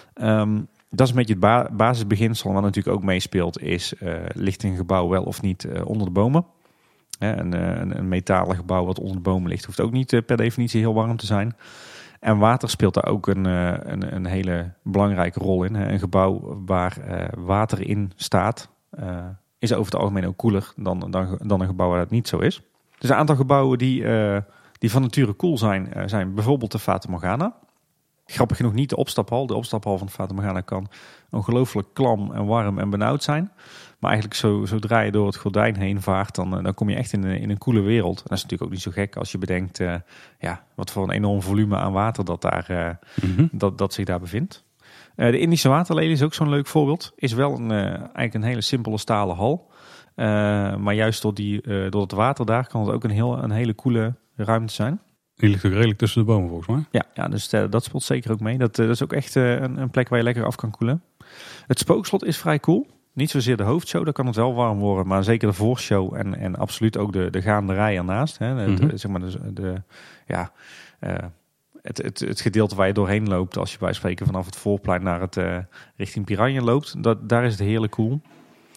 S2: Um, dat is een beetje het ba- basisbeginsel. Wat natuurlijk ook meespeelt is, uh, ligt een gebouw wel of niet uh, onder de bomen? Ja, een, een, een metalen gebouw wat onder de bomen ligt hoeft ook niet uh, per definitie heel warm te zijn. En water speelt daar ook een, een, een hele belangrijke rol in. Een gebouw waar uh, water in staat uh, is over het algemeen ook koeler dan, dan, dan een gebouw waar dat niet zo is. Dus een aantal gebouwen die, uh, die van nature koel zijn, uh, zijn bijvoorbeeld de Fata Morgana. Grappig genoeg niet de opstaphal. De opstaphal van de Fata Morgana kan ongelooflijk klam en warm en benauwd zijn. Maar eigenlijk zo, zodra je door het gordijn heen vaart, dan, dan kom je echt in een, in een koele wereld. En dat is natuurlijk ook niet zo gek als je bedenkt uh, ja, wat voor een enorm volume aan water dat, daar, uh, mm-hmm. dat, dat zich daar bevindt. Uh, de Indische waterlelie is ook zo'n leuk voorbeeld. Is wel een, uh, eigenlijk een hele simpele stalen hal. Uh, maar juist door, die, uh, door het water daar kan het ook een, heel, een hele koele ruimte zijn.
S1: Die ligt ook redelijk tussen de bomen volgens mij.
S2: Ja, ja dus uh, dat speelt zeker ook mee. Dat, uh, dat is ook echt uh, een, een plek waar je lekker af kan koelen. Het Spookslot is vrij cool. Niet zozeer de hoofdshow, daar kan het wel warm worden. Maar zeker de voorshow en, en absoluut ook de, de gaande rij ernaast. Hè. De, mm-hmm. de, zeg maar de, de, ja, uh, het, het, het gedeelte waar je doorheen loopt. Als je bij spreken vanaf het voorplein naar het uh, richting Piranha loopt. Dat, daar is het heerlijk cool.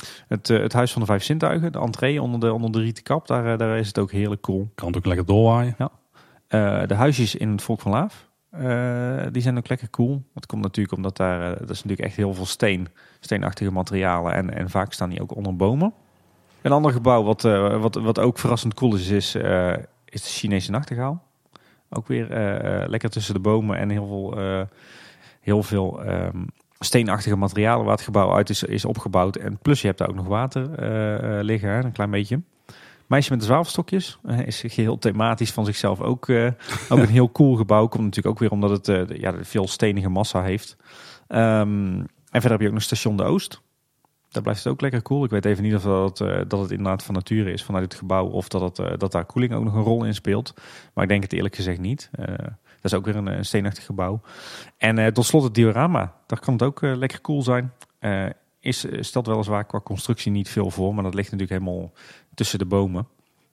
S2: Het, uh, het Huis van de Vijf Zintuigen, de entree onder de, onder de rieten kap, daar, uh, daar is het ook heerlijk cool.
S1: Kan het ook lekker doorwaaien.
S2: Ja. Uh, de huisjes in het Volk van Laaf, uh, die zijn ook lekker cool. Dat komt natuurlijk omdat daar, uh, dat is natuurlijk echt heel veel steen, steenachtige materialen en, en vaak staan die ook onder bomen. Een ander gebouw wat, uh, wat, wat ook verrassend cool is, is, uh, is de Chinese Nachtegaal. Ook weer uh, lekker tussen de bomen en heel veel, uh, heel veel um, steenachtige materialen waar het gebouw uit is, is opgebouwd. En plus je hebt daar ook nog water uh, uh, liggen, hè, een klein beetje. Meisje met de zwavelstokjes uh, is geheel thematisch van zichzelf ook, uh, ook een heel cool gebouw. Komt natuurlijk ook weer omdat het uh, ja, veel stenige massa heeft. Um, en verder heb je ook nog station De Oost. Daar blijft het ook lekker cool. Ik weet even niet of dat, uh, dat het inderdaad van nature is vanuit het gebouw. Of dat, het, uh, dat daar koeling ook nog een rol in speelt. Maar ik denk het eerlijk gezegd niet. Uh, dat is ook weer een, een steenachtig gebouw. En uh, tot slot het diorama. Daar kan het ook uh, lekker cool zijn. Uh, is, stelt weliswaar qua constructie niet veel voor. Maar dat ligt natuurlijk helemaal tussen de bomen.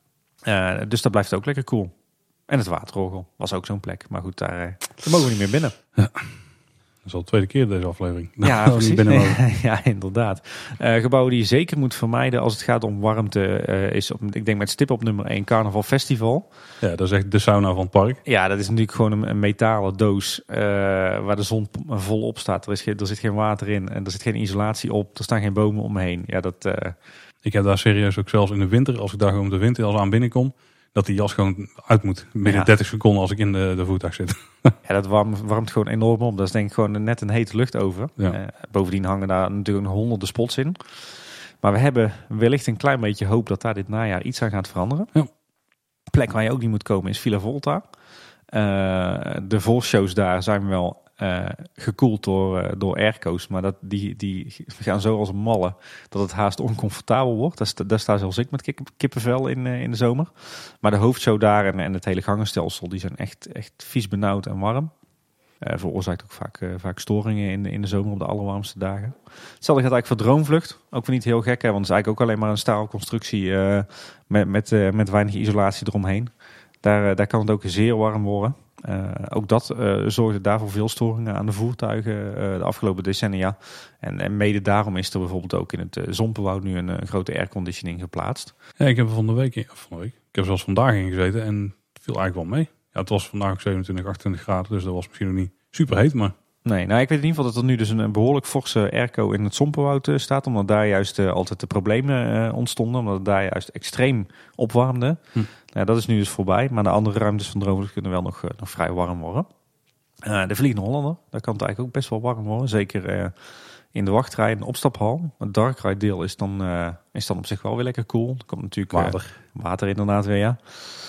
S2: Uh, dus dat blijft ook lekker cool. En het waterorgel was ook zo'n plek. Maar goed, daar, uh, daar mogen we niet meer binnen.
S1: Ja. Dat is al de tweede keer deze aflevering.
S2: Ja, nou, precies. Ja, inderdaad. Uh, gebouwen die je zeker moet vermijden als het gaat om warmte uh, is, op, ik denk met stip op nummer één, Carnaval Festival.
S1: Ja, dat is echt de sauna van het park.
S2: Ja, dat is natuurlijk gewoon een, een metalen doos uh, waar de zon volop staat. Er, is geen, er zit geen water in en er zit geen isolatie op. Er staan geen bomen omheen. Ja, dat, uh...
S1: Ik heb daar serieus ook zelfs in de winter, als ik daar gewoon de winter als aan binnenkom, dat die jas gewoon uit moet. Binnen ja. dertig seconden als ik in de, de voertuig zit.
S2: Ja, dat warmt, warmt gewoon enorm op. Dat is denk ik gewoon net een hete lucht over. Ja. Uh, bovendien hangen daar natuurlijk honderden spots in. Maar we hebben wellicht een klein beetje hoop dat daar dit najaar iets aan gaat veranderen. Ja. De plek waar je ook niet moet komen is Villa Volta. Uh, de voorshows daar zijn wel uh, gekoeld door, uh, door airco's. Maar dat, die, die gaan zo als een malle dat het haast oncomfortabel wordt. Daar, sta, daar sta zelfs ik met kip, kippenvel in, uh, in de zomer. Maar de hoofdshow daar en, en het hele gangenstelsel die zijn echt, echt vies benauwd en warm. Uh, veroorzaakt ook vaak, uh, vaak storingen in de, in de zomer op de allerwarmste dagen. Hetzelfde gaat eigenlijk voor Droomvlucht. Ook weer niet heel gek, hè, want het is eigenlijk ook alleen maar een staalconstructie uh, met, met, uh, met weinig isolatie eromheen. Daar, uh, daar kan het ook zeer warm worden. Uh, ook dat uh, zorgde daarvoor veel storingen aan de voertuigen uh, de afgelopen decennia. En, en mede daarom is er bijvoorbeeld ook in het uh, Zompenwoud nu een, een grote airconditioning geplaatst.
S1: Ja, ik heb er van de week, of van de week, ik heb er zelfs vandaag in gezeten en het viel eigenlijk wel mee. Ja, het was vandaag ook zevenentwintig, achtentwintig graden, dus dat was misschien nog niet super heet, maar...
S2: Nee, nou ik weet in ieder geval dat er nu dus een, een behoorlijk forse airco in het Zompenwoud uh, staat. Omdat daar juist uh, altijd de problemen uh, ontstonden. Omdat het daar juist extreem opwarmde. Hm. Nou, dat is nu dus voorbij. Maar de andere ruimtes van Droomvlucht kunnen wel nog, uh, nog vrij warm worden. Uh, de Vliegende Hollander, daar kan het eigenlijk ook best wel warm worden. Zeker uh, in de wachtrij en de opstaphal. Het darkride deel is dan, uh, is dan op zich wel weer lekker cool. Er komt natuurlijk uh,
S1: water.
S2: Water inderdaad weer, ja.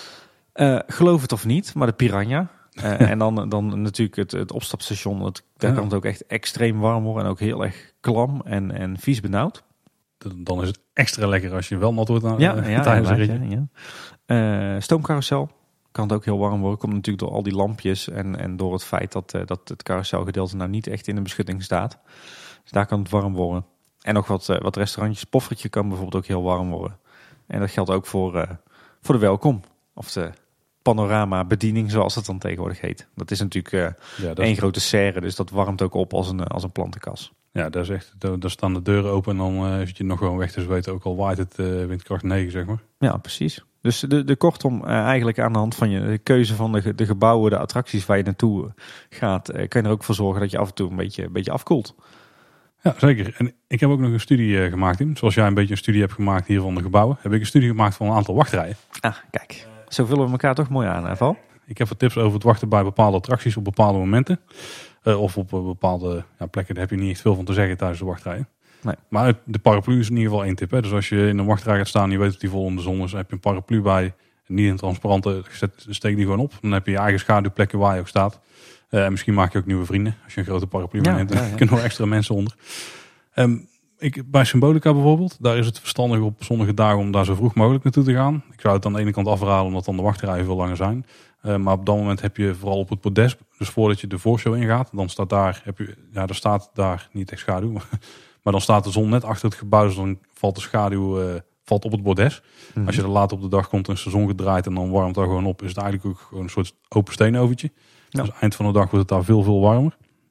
S2: Uh, geloof het of niet, maar de Piranha... Uh, en dan, dan natuurlijk het, het opstapstation. Het, daar ja. kan het ook echt extreem warm worden. En ook heel erg klam en, en vies benauwd.
S1: Dan is het extra lekker als je wel nat wordt aan,
S2: ja,
S1: uh,
S2: ja,
S1: tijdens
S2: ja,
S1: de rit.
S2: Ja. Uh, stoomcarousel kan het ook heel warm worden. Komt natuurlijk door al die lampjes. En, en door het feit dat, uh, dat het carouselgedeelte nou niet echt in de beschutting staat. Dus daar kan het warm worden. En nog wat, uh, wat restaurantjes. Poffertje kan bijvoorbeeld ook heel warm worden. En dat geldt ook voor, uh, voor de welkom. Of de... panorama bediening, zoals het dan tegenwoordig heet. Dat is natuurlijk uh, ja, dat één is... grote serre, dus dat warmt ook op als een, als een plantenkas.
S1: Ja, dat is echt, daar staan de deuren open en dan uh, zit je nog gewoon weg te zweten, ook al waait het uh, windkracht negen, zeg maar.
S2: Ja, precies. Dus de, de kortom, uh, eigenlijk aan de hand van je de keuze van de, de gebouwen, de attracties waar je naartoe gaat, uh, kan je er ook voor zorgen dat je af en toe een beetje, een beetje afkoelt.
S1: Ja, zeker. En ik heb ook nog een studie uh, gemaakt, Tim. Zoals jij een beetje een studie hebt gemaakt hier van de gebouwen, heb ik een studie gemaakt van een aantal wachtrijen.
S2: Ah, kijk. Zo vullen we elkaar toch mooi aan, hè, Val?
S1: Ik heb wat tips over het wachten bij bepaalde attracties op bepaalde momenten. Uh, of op uh, bepaalde ja, plekken, daar heb je niet echt veel van te zeggen tijdens de wachtrijen. Nee. Maar de paraplu is in ieder geval één tip. Hè. Dus als je in een wachtrij gaat staan en je weet dat die vol in de zon is, heb je een paraplu bij. Niet een transparante, steek die gewoon op. Dan heb je je eigen schaduwplekken waar je ook staat. Uh, en misschien maak je ook nieuwe vrienden. Als je een grote paraplu ja, neemt, ja, ja. kunnen er extra mensen onder. Um, Ik, bij Symbolica bijvoorbeeld, daar is het verstandig op zonnige dagen om daar zo vroeg mogelijk naartoe te gaan. Ik zou het aan de ene kant afraden omdat dan de wachtrijen veel langer zijn. Uh, maar op dat moment heb je vooral op het podest, dus voordat je de voorshow ingaat, dan staat daar, heb je, ja, er staat daar niet echt schaduw, maar dan staat de zon net achter het gebouw, dus dan valt de schaduw uh, valt op het bordes. Mm-hmm. Als je er later op de dag komt en is de zon gedraaid en dan warmt daar gewoon op, is het eigenlijk ook gewoon een soort open steenoventje. Ja. Dus eind van de dag wordt het daar veel, veel warmer.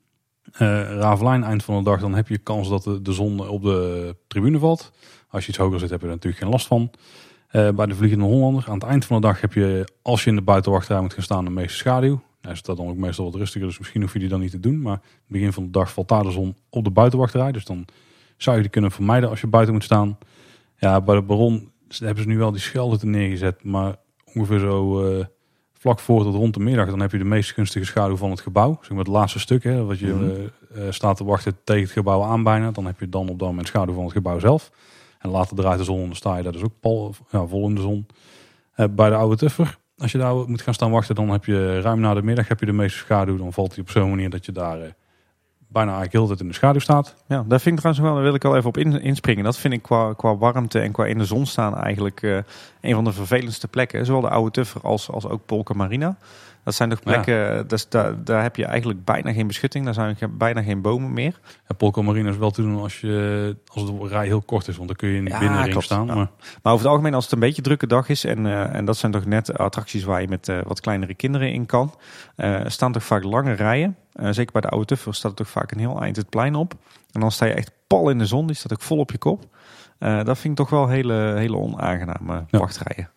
S1: Uh, Ravelijn, eind van de dag, dan heb je kans dat de, de zon op de tribune valt. Als je iets hoger zit, heb je er natuurlijk geen last van. Uh, bij de Vliegende Hollander, aan het eind van de dag heb je, als je in de buitenwachtrij moet gaan staan, de meeste schaduw. Nou, is dat dan ook meestal wat rustiger, dus misschien hoef je die dan niet te doen. Maar aan het begin van de dag valt daar de zon op de buitenwachtrij. Dus dan zou je die kunnen vermijden als je buiten moet staan. Ja, bij de Baron hebben ze nu wel die schelden neergezet, maar ongeveer zo uh, vlak voor tot rond de middag, dan heb je de meest gunstige schaduw van het gebouw. Zeg maar het laatste stuk, hè, wat je mm-hmm. uh, uh, staat te wachten tegen het gebouw aan bijna. Dan heb je dan op dat moment schaduw van het gebouw zelf. En later draait de zon en dan sta je daar dus ook pal, ja, vol in de zon. Uh, bij de Oude Tuffer, als je daar moet gaan staan wachten, dan heb je ruim na de middag heb je de meeste schaduw. Dan valt die op zo'n manier dat je daar uh, bijna eigenlijk heel de tijd in de schaduw staat.
S2: Ja, daar vind ik trouwens wel, daar wil ik wel even op in, inspringen. Dat vind ik qua, qua warmte en qua in de zon staan eigenlijk uh, een van de vervelendste plekken. Zowel de Oude Tuffer als, als ook Polka Marina. Dat zijn toch plekken, ja. dus daar, daar heb je eigenlijk bijna geen beschutting. Daar zijn bijna geen bomen meer.
S1: Ja, Polka Marina is wel te doen als, je, als de rij heel kort is. Want dan kun je niet ja, binnen erin staan.
S2: Ja.
S1: Maar...
S2: maar over het algemeen als het een beetje een drukke dag is. En, uh, en dat zijn toch net attracties waar je met uh, wat kleinere kinderen in kan. Uh, staan toch vaak lange rijen. Uh, zeker bij de Oude Tuffer staat er toch vaak een heel eind het plein op. En dan sta je echt pal in de zon. Die staat ook vol op je kop. Uh, dat vind ik toch wel hele, hele onaangename ja. wachtrijen.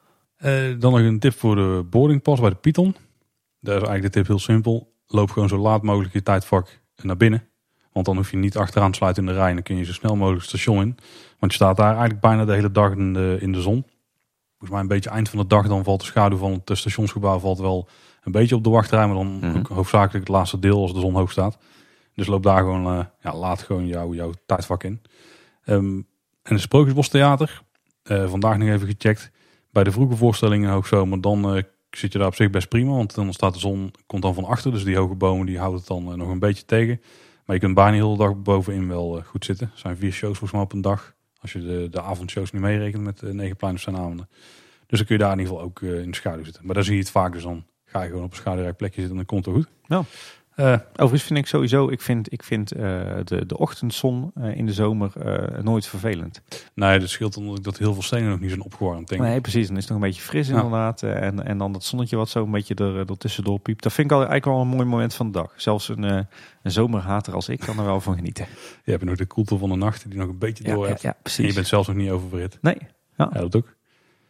S1: Uh, dan nog een tip voor de boardingpas bij de Python. Daar is eigenlijk de tip heel simpel. Loop gewoon zo laat mogelijk je tijdvak naar binnen. Want dan hoef je niet achteraan te sluiten in de rij. En dan kun je zo snel mogelijk het station in. Want je staat daar eigenlijk bijna de hele dag in de, in de zon. Volgens mij een beetje eind van de dag. Dan valt de schaduw van het stationsgebouw valt wel een beetje op de wachtrij. Maar dan mm-hmm. ook hoofdzakelijk het laatste deel als de zon hoog staat. Dus loop daar gewoon, uh, ja, laat gewoon jou, jouw tijdvak in. Um, en het Sprookjesbostheater. Uh, vandaag nog even gecheckt. Bij de vroege voorstellingen in hoogzomer. Dan... Uh, zit je daar op zich best prima, want dan staat de zon, komt dan van achter. Dus die hoge bomen die houden het dan uh, nog een beetje tegen. Maar je kunt bijna de hele dag bovenin wel uh, goed zitten. Er zijn vier shows volgens mij op een dag. Als je de, de avondshows niet meerekent met uh, negen plein of zijn avonden. Dus dan kun je daar in ieder geval ook uh, in de schaduw zitten. Maar daar zie je het vaak, dus dan ga je gewoon op een schaduwrijk plekje zitten en dan komt het goed.
S2: Ja. Uh, Overigens vind ik sowieso, ik vind, ik vind uh, de, de ochtendzon uh, in de zomer uh, nooit vervelend.
S1: Nee, dat scheelt omdat dat heel veel stenen nog niet zijn opgewarmd. Denk ik.
S2: Nee, precies. Dan is het nog een beetje fris ja. inderdaad. Uh, en, en dan dat zonnetje wat zo een beetje er, er tussendoor piept. Dat vind ik al, eigenlijk wel een mooi moment van de dag. Zelfs een, uh, een zomerhater als ik kan er wel van genieten.
S1: Je hebt nog de koelte van de nacht die nog een beetje door
S2: ja,
S1: hebt.
S2: Ja, ja, precies.
S1: En je bent zelfs nog niet oververhit.
S2: Nee. Ja.
S1: ja, dat ook.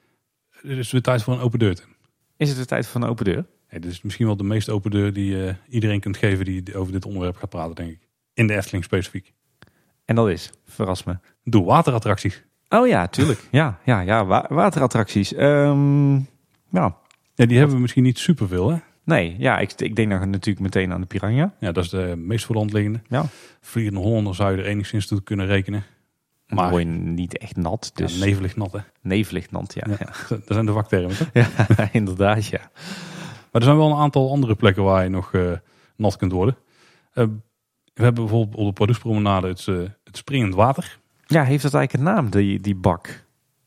S1: Het is weer tijd voor een open deur.
S2: Is het de tijd voor een open deur?
S1: Ja, dit is misschien wel de meest open deur die uh, iedereen kunt geven die over dit onderwerp gaat praten, denk ik. In de Efteling specifiek.
S2: En dat is, verras me.
S1: Doe waterattracties.
S2: Oh ja, tuurlijk. ja, ja, ja, wa- waterattracties. Um, ja.
S1: ja, die hebben we misschien niet superveel, hè?
S2: Nee, ja, ik, ik denk dan natuurlijk meteen aan de Piranha.
S1: Ja, dat is de meest voor de hand liggende.
S2: Ja.
S1: Vliegende Hollander zou je er enigszins toe kunnen rekenen.
S2: Maar dan word je niet echt nat. Dus...
S1: Ja, nevel ligt nat, hè?
S2: Nevel ligt nat, ja.
S1: ja.
S2: ja.
S1: Dat zijn de vaktermen, toch?
S2: Ja, inderdaad, ja.
S1: Maar er zijn wel een aantal andere plekken waar je nog uh, nat kunt worden. Uh, we hebben bijvoorbeeld op de Pardoespromenade het, uh, het springend water.
S2: Ja, heeft dat eigenlijk een naam, die, die bak?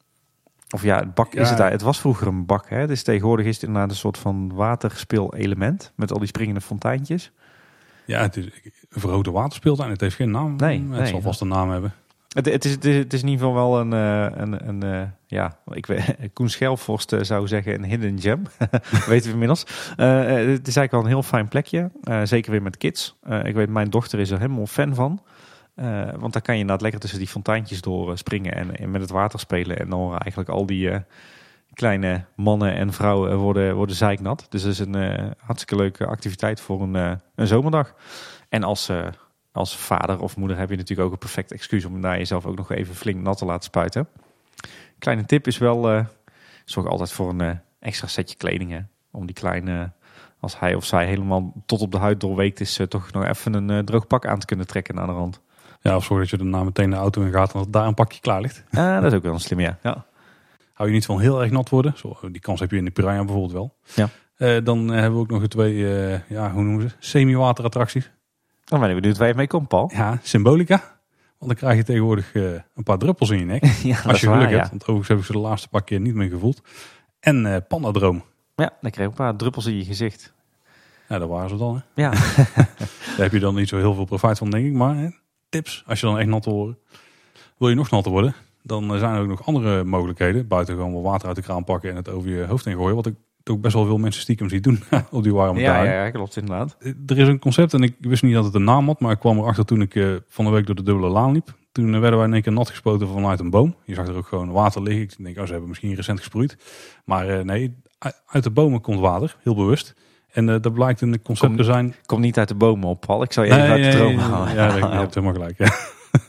S2: Of ja, het bak
S1: ja.
S2: is het Het was vroeger een bak, hè? Dus tegenwoordig is het inderdaad een soort van waterspeelelement. Met al die springende fonteintjes.
S1: Ja, het is een verhoogde waterspeeltuin. Het heeft geen naam.
S2: Nee,
S1: het
S2: nee,
S1: zal vast een naam hebben.
S2: Het, het, is, het, is, het is in ieder geval wel een, een, een, een ja, ik weet, Koen Schelvorst zou zeggen een hidden gem. Weten we inmiddels. Uh, het is eigenlijk wel een heel fijn plekje. Uh, zeker weer met kids. Uh, ik weet, mijn dochter is er helemaal fan van. Uh, want daar kan je inderdaad lekker tussen die fonteintjes door springen en, en met het water spelen. En dan worden eigenlijk al die uh, kleine mannen en vrouwen worden, worden zeiknat. Dus dat is een uh, hartstikke leuke activiteit voor een, uh, een zomerdag. En als... Uh, Als vader of moeder heb je natuurlijk ook een perfect excuus om daar jezelf ook nog even flink nat te laten spuiten. Kleine tip is wel, uh, zorg altijd voor een uh, extra setje kleding. Hè? Om die kleine, als hij of zij helemaal tot op de huid doorweekt is, uh, toch nog even een uh, droog pak aan te kunnen trekken naar de rand.
S1: Ja, of zorg dat je daarna meteen de auto in gaat en dat daar een pakje klaar ligt.
S2: Ah, dat is ook wel een slim, ja. ja.
S1: Hou je niet van heel erg nat worden, zo, die kans heb je in de Piranha bijvoorbeeld wel.
S2: Ja.
S1: Uh, dan hebben we ook nog twee, uh, ja, hoe noemen ze, semi-waterattracties.
S2: Dan ben ik benieuwd waar je mee komt, Paul.
S1: Ja, Symbolica. Want dan krijg je tegenwoordig uh, een paar druppels in je nek.
S2: ja,
S1: als je geluk
S2: waar,
S1: hebt.
S2: Ja.
S1: Want overigens heb ik ze de laatste paar keer niet meer gevoeld. En uh, Pandadroom.
S2: Ja, dan krijg je een paar druppels in je gezicht.
S1: Ja, dat waren ze dan. Hè?
S2: Ja.
S1: Daar heb je dan niet zo heel veel profijt van, denk ik. Maar hè, tips, als je dan echt nat wil worden. Wil je nog natter worden, dan zijn er ook nog andere mogelijkheden. Buiten gewoon wel water uit de kraan pakken en het over je hoofd heen gooien. Wat ik toch best wel veel mensen stiekem ziet doen op die warme
S2: Ja,
S1: dagen.
S2: ja, ja, klopt inderdaad.
S1: Er is een concept en ik wist niet dat het een naam had, maar ik kwam erachter toen ik uh, van de week door de dubbele laan liep. Toen uh, werden wij in één keer nat gespoten vanuit een boom. Je zag er ook gewoon water liggen. Ik denk, oh, ze hebben misschien recent gesproeid. Maar uh, nee, uit de bomen komt water, heel bewust. En uh, dat blijkt een concept
S2: Kom,
S1: te zijn...
S2: Kom niet uit de bomen op, Paul. Ik zou je even nee, uit de droom halen.
S1: Ja, nee, je hebt helemaal gelijk. Ja.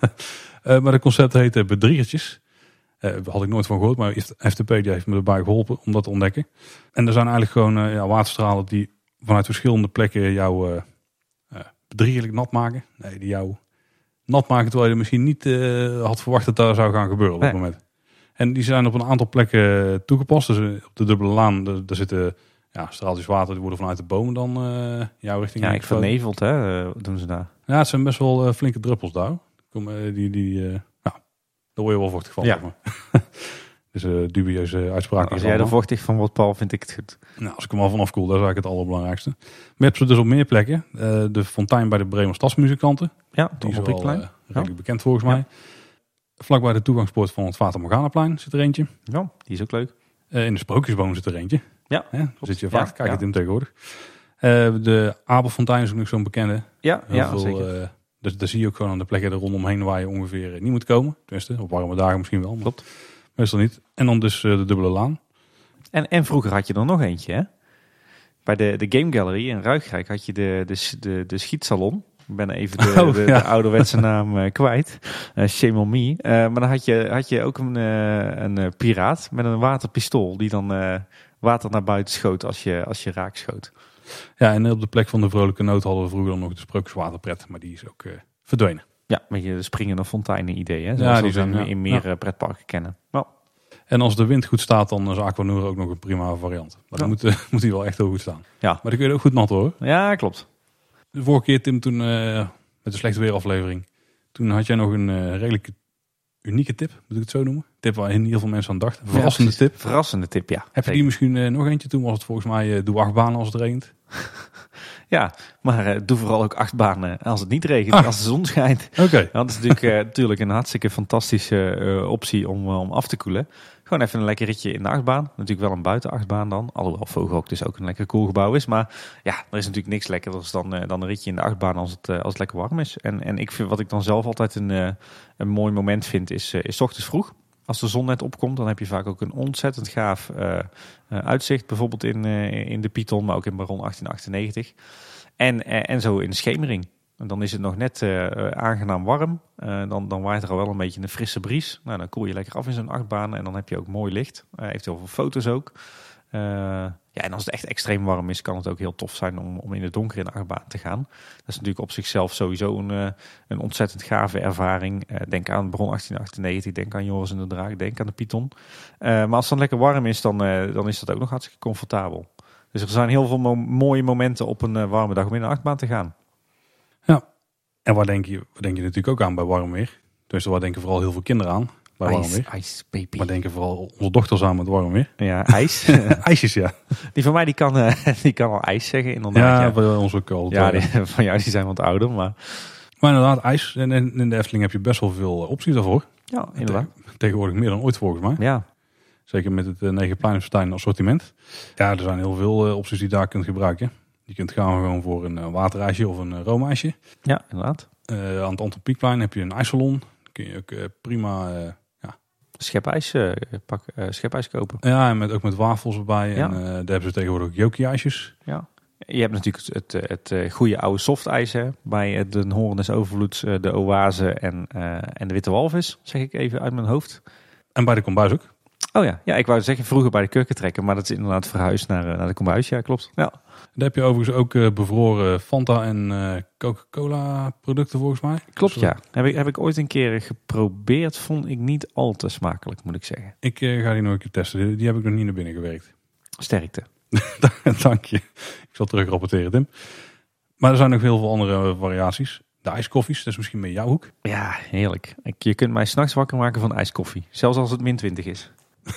S1: uh, maar het concept heet uh, bedriegertjes. Uh, daar had ik nooit van gehoord, maar F T P die heeft me erbij geholpen om dat te ontdekken. En er zijn eigenlijk gewoon uh, ja, waterstralen die vanuit verschillende plekken jou uh, uh, bedriegelijk nat maken. Nee, die jou nat maken terwijl je misschien niet uh, had verwacht dat daar zou gaan gebeuren op nee. dat moment. En die zijn op een aantal plekken toegepast. Dus uh, op de dubbele laan, daar, daar zitten ja, straaltjes water, die worden vanuit de bomen dan uh, jouw richting.
S2: Ja, ik verneveld hè, uh, doen ze daar.
S1: Ja, het zijn best wel uh, flinke druppels daar. Kom, uh, die, die, uh, nou, daar word je wel vochtig van.
S2: Ja.
S1: Dus uh, dubieuze uitspraken.
S2: Als jij er vochtig van wordt, Paul, vind ik het goed.
S1: Nou, als ik hem al vanaf koel, dat is eigenlijk het allerbelangrijkste. Maar je hebt ze dus op meer plekken. Uh, de fontein bij de Bremer Stadsmuzikanten.
S2: Ja,
S1: die is wel uh, redelijk
S2: ja.
S1: bekend volgens mij. Ja. Vlakbij de toegangspoort van het Fata Morganaplein zit er eentje.
S2: Ja, die is ook leuk.
S1: Uh, in de Sprookjesboom zit er eentje.
S2: Ja,
S1: ja zit je vaak.
S2: Ja,
S1: Kijk
S2: ja.
S1: het in tegenwoordig. Uh, de Abelfontein is ook nog zo'n bekende.
S2: Ja,
S1: Heel
S2: ja
S1: veel,
S2: zeker.
S1: Uh, dus daar zie je ook gewoon aan de plekken er rondomheen waar je ongeveer niet moet komen. Tenminste, op warme dagen misschien wel.
S2: Klopt.
S1: Meestal niet. En dan dus uh, de dubbele laan.
S2: En, en vroeger had je er nog eentje, hè? Bij de, de Game Gallery in Ruigrijk had je de, de, de, de schietsalon. Ik ben even de,
S1: oh,
S2: de,
S1: ja.
S2: de ouderwetse naam uh, kwijt. Uh, shame on me. Uh, maar dan had je, had je ook een, uh, een uh, piraat met een waterpistool die dan uh, water naar buiten schoot als je, als je raak schoot.
S1: Ja, en op de plek van de Vrolijke Noot hadden we vroeger dan nog de Sprookjeswaterpret. Maar die is ook uh, verdwenen.
S2: Ja, met je de springende fonteinen idee, hè? Zoals
S1: ja, die zijn
S2: in,
S1: ja.
S2: in meer
S1: ja.
S2: pretparken kennen. Well.
S1: En als de wind goed staat, dan is Aquanura ook nog een prima variant. Maar dan ja. moet, uh, moet hij wel echt heel goed staan.
S2: Ja.
S1: Maar dan kun je ook goed nat hoor.
S2: Ja, klopt.
S1: De vorige keer, Tim, toen uh, met de slechte weeraflevering. Toen had jij nog een uh, redelijk unieke tip, moet ik het zo noemen. Tip waar heel veel mensen aan dachten. Een verrassende
S2: ja,
S1: tip.
S2: Verrassende tip, ja.
S1: Heb je
S2: zeker.
S1: die misschien uh, nog eentje? Toen was het volgens mij uh, doe acht banen als het regent.
S2: Ja, maar uh, doe vooral ook acht banen als het niet regent,
S1: ah.
S2: als de zon schijnt.
S1: Oké. Okay.
S2: Dat is natuurlijk, uh, natuurlijk een hartstikke fantastische uh, optie om, uh, om af te koelen. Gewoon even een lekker ritje in de achtbaan. Natuurlijk wel een buitenachtbaan dan. Alhoewel Vogelrok dus ook een lekker cool gebouw is. Maar ja, er is natuurlijk niks lekkerders dan, uh, dan een ritje in de achtbaan als het, uh, als het lekker warm is. En, en ik vind, wat ik dan zelf altijd een, uh, een mooi moment vind, is, uh, is 's ochtends vroeg. Als de zon net opkomt, dan heb je vaak ook een ontzettend gaaf uh, uh, uitzicht. Bijvoorbeeld in, uh, in de Python, maar ook in Baron achttien achtennegentig. En, uh, en zo in de schemering. En dan is het nog net uh, aangenaam warm. Uh, dan, dan waait er al wel een beetje een frisse bries. Nou, dan koel je lekker af in zo'n achtbaan. En dan heb je ook mooi licht. Uh, heeft heel veel foto's ook. Uh, ja, en als het echt extreem warm is, kan het ook heel tof zijn om, om in het donker in de achtbaan te gaan. Dat is natuurlijk op zichzelf sowieso een, uh, een ontzettend gave ervaring. Uh, denk aan Baron achttien achtennegentig, denk aan Joris en de Draak, denk aan de Python. Uh, maar als het dan lekker warm is, dan, uh, dan is dat ook nog hartstikke comfortabel. Dus er zijn heel veel mo- mooie momenten op een uh, warme dag om in de achtbaan te gaan.
S1: Ja, en waar denk je, waar denk je natuurlijk ook aan bij warm weer? Dus waar denken vooral heel veel kinderen aan bij warm weer?
S2: Ice, baby.
S1: Waar denken vooral onze dochters aan met warm weer?
S2: Ja, ijs.
S1: IJsjes, ja.
S2: Die van mij die kan, uh, die kan al ijs zeggen, inderdaad.
S1: Ja,
S2: Ja,
S1: bij ons ook al.
S2: ja die, van jou die zijn wat ouder, maar...
S1: Maar inderdaad, ijs. En in de Efteling heb je best wel veel opties daarvoor.
S2: Ja, inderdaad.
S1: Tegenwoordig meer dan ooit volgens mij.
S2: Ja.
S1: Zeker met het Negenpleinenfestijn assortiment. Ja, er zijn heel veel uh, opties die je daar kunt gebruiken. Je kunt gaan gewoon voor een uh, waterijsje of een uh, roomijsje.
S2: Ja, inderdaad.
S1: Uh, aan het Antropiekplein heb je een ijssalon. Kun je ook uh, prima... Uh, ja.
S2: Schepijs, uh, pak, uh, schepijs kopen.
S1: Ja, en met, ook met wafels erbij.
S2: Ja.
S1: En uh, daar hebben ze tegenwoordig ook Yoki-ijsjes.
S2: Ja. Je hebt natuurlijk het, het, het, het goede oude softijs hè, bij de Hoorn des Overvloeds, de Oase en, uh, en de Witte Walvis, zeg ik even uit mijn hoofd.
S1: En bij de Kombuis ook.
S2: Oh ja, ja, ik wou zeggen vroeger bij de Kurkentrekker, maar dat is inderdaad verhuisd naar, naar de Kombuis. Ja, klopt. Ja.
S1: Daar heb je overigens ook uh, bevroren Fanta en uh, Coca-Cola producten volgens mij.
S2: Klopt, ja. Heb ik, heb ik ooit een keer geprobeerd, vond ik niet al te smakelijk, moet ik zeggen.
S1: Ik uh, ga die nog een keer testen. Die heb ik nog niet naar binnen gewerkt.
S2: Sterkte.
S1: Dank je. Ik zal terug rapporteren, Tim. Maar er zijn nog heel veel andere variaties. De ijskoffies, dat is misschien meer jouw hoek.
S2: Ja, heerlijk. Je kunt mij 's nachts wakker maken van ijskoffie. Zelfs als het min twintig is.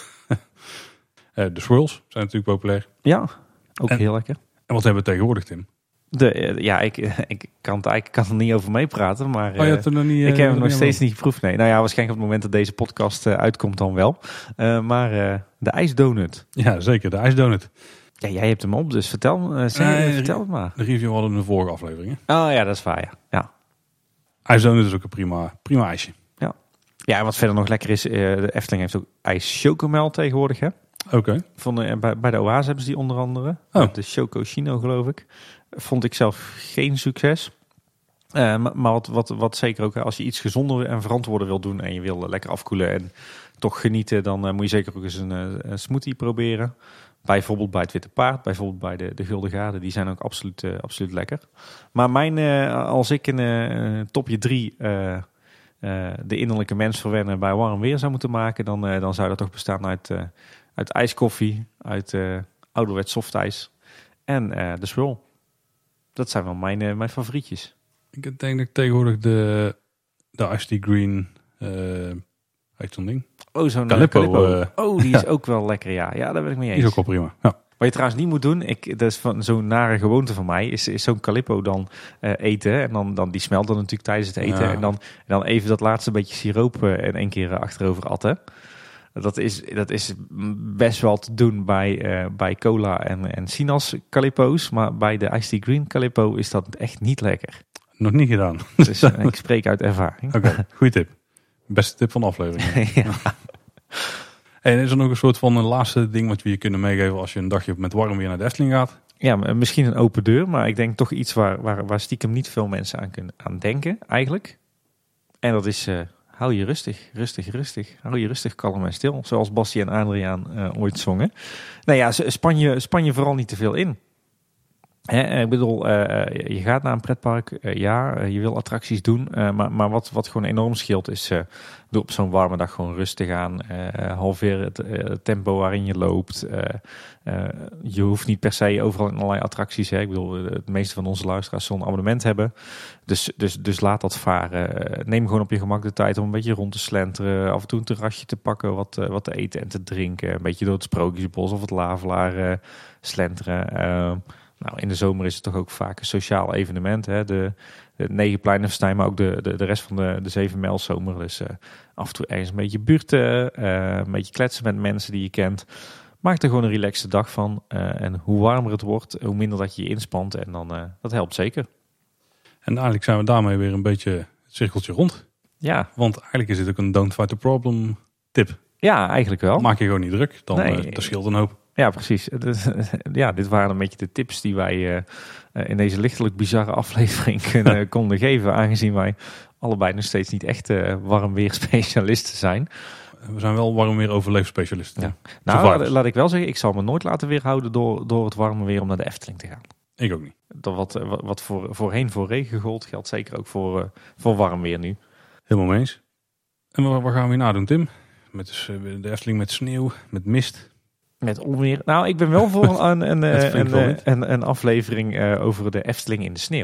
S1: De swirls zijn natuurlijk populair.
S2: Ja, ook
S1: en,
S2: heel lekker.
S1: En wat hebben we tegenwoordig, Tim?
S2: De, ja, ik, ik kan het eigenlijk kan er niet over meepraten, maar
S1: oh, je hebt er nog niet,
S2: ik heb hem nog
S1: niet
S2: steeds niet geproefd. Nee. Nou ja, waarschijnlijk op het moment dat deze podcast uh, uitkomt dan wel. Uh, maar uh, de ijsdonut.
S1: Ja, zeker. De ijsdonut.
S2: Ja, jij hebt hem op, dus vertel, uh, zeg,
S1: nee,
S2: vertel het maar.
S1: De review hadden we in de vorige aflevering.
S2: Oh ja, dat is waar, ja. ja.
S1: IJszone is ook een prima, prima ijsje.
S2: Ja. Ja, en wat verder nog lekker is, uh, de Efteling heeft ook ijs chocomel tegenwoordig, hè?
S1: Oké. Okay.
S2: Uh, bij, bij de Oase hebben ze die onder andere.
S1: Oh.
S2: De Choco Chino, geloof ik. Vond ik zelf geen succes. Uh, maar maar wat, wat, wat zeker ook, als je iets gezonder en verantwoorder wil doen en je wil lekker afkoelen en toch genieten, dan uh, moet je zeker ook eens een, een smoothie proberen. Bijvoorbeeld bij het Witte Paard, bijvoorbeeld bij de, de Gulden Gade. Die zijn ook absoluut, uh, absoluut lekker. Maar mijn, uh, als ik een uh, topje drie uh, uh, de innerlijke mens verwennen bij warm weer zou moeten maken, dan, uh, dan zou dat toch bestaan uit, uh, uit ijskoffie, uit uh, ouderwets softijs en uh, de swirl. Dat zijn wel mijn, uh, mijn favorietjes.
S1: Ik denk dat ik tegenwoordig de, de Ice Tea Green, uh, heet zo'n ding?
S2: Oh, zo'n
S1: Calippo.
S2: Calippo.
S1: Uh,
S2: oh, die is
S1: ja.
S2: ook wel lekker, ja. Ja, daar ben ik mee eens.
S1: Die is ook wel prima. Ja.
S2: Wat je trouwens niet moet doen, ik, dat is van zo'n nare gewoonte van mij, is, is zo'n Calippo dan uh, eten. En dan, dan die smelt dan natuurlijk tijdens het eten.
S1: Ja.
S2: En, dan, en dan even dat laatste beetje siroop uh, in één keer uh, achterover atten. Dat is, dat is best wel te doen bij, uh, bij cola en, en sinaas Calippo's. Maar bij de Ice Tea Green Calippo is dat echt niet lekker.
S1: Nog niet gedaan.
S2: Dus uh, ik spreek uit ervaring.
S1: Oké, okay, goede tip. Beste tip van de aflevering.
S2: ja.
S1: En is er nog een soort van een laatste ding wat we je kunnen meegeven als je een dagje met warm weer naar de Efteling gaat?
S2: Ja, misschien een open deur, maar ik denk toch iets waar, waar, waar stiekem niet veel mensen aan kunnen aan denken, eigenlijk. En dat is, uh, hou je rustig, rustig, rustig. Hou je rustig, kalm en stil. Zoals Bassie en Adriaan uh, ooit zongen. Nou ja, span je, span je vooral niet te veel in. Hè, ik bedoel, uh, je gaat naar een pretpark, uh, ja, uh, je wil attracties doen. Uh, maar maar wat, wat gewoon enorm scheelt is, uh, doe op zo'n warme dag gewoon rustig aan. Uh, halveer het uh, tempo waarin je loopt. Uh, uh, je hoeft niet per se overal in allerlei attracties. Hè. Ik bedoel, de meeste van onze luisteraars zullen een abonnement hebben. Dus, dus, dus laat dat varen. Uh, neem gewoon op je gemak de tijd om een beetje rond te slenteren. Af en toe een terrasje te pakken, wat, uh, wat te eten en te drinken. Een beetje door het Sprookjesbos of het Lavelaar uh, slenteren. Uh, Nou, in de zomer is het toch ook vaak een sociaal evenement. Hè? De, de Negenpleinenfestijn, maar ook de, de, de rest van de, de zeven mijlzomer. Dus uh, af en toe ergens een beetje buurten, uh, een beetje kletsen met mensen die je kent. Maak er gewoon een relaxte dag van. Uh, en hoe warmer het wordt, hoe minder dat je je inspant. En dan, uh, dat helpt zeker.
S1: En eigenlijk zijn we daarmee weer een beetje het cirkeltje rond.
S2: Ja.
S1: Want eigenlijk is dit ook een don't fight the problem tip.
S2: Ja, eigenlijk wel.
S1: Maak je gewoon niet druk, dan
S2: nee.
S1: uh, dat scheelt een hoop.
S2: Ja, precies. Ja, dit waren een beetje de tips die wij uh, in deze lichtelijk bizarre aflevering kunnen, konden geven. Aangezien wij allebei nog steeds niet echt uh, warm weer specialisten zijn.
S1: We zijn wel warm weer overleefspecialisten.
S2: Ja. Nou, laat, laat ik wel zeggen, ik zal me nooit laten weerhouden door, door het warme weer om naar de Efteling te gaan.
S1: Ik ook niet.
S2: Dat wat, wat voor, voorheen voor regen gold, geldt zeker ook voor, uh, voor warm weer nu.
S1: Helemaal mee eens. En wat, wat gaan we hierna doen, Tim? Met de, de Efteling met sneeuw, met mist.
S2: Met onweer. Nou, ik ben wel voor een, een, een,
S1: een,
S2: een, een, een aflevering uh, over de Efteling in de sneeuw.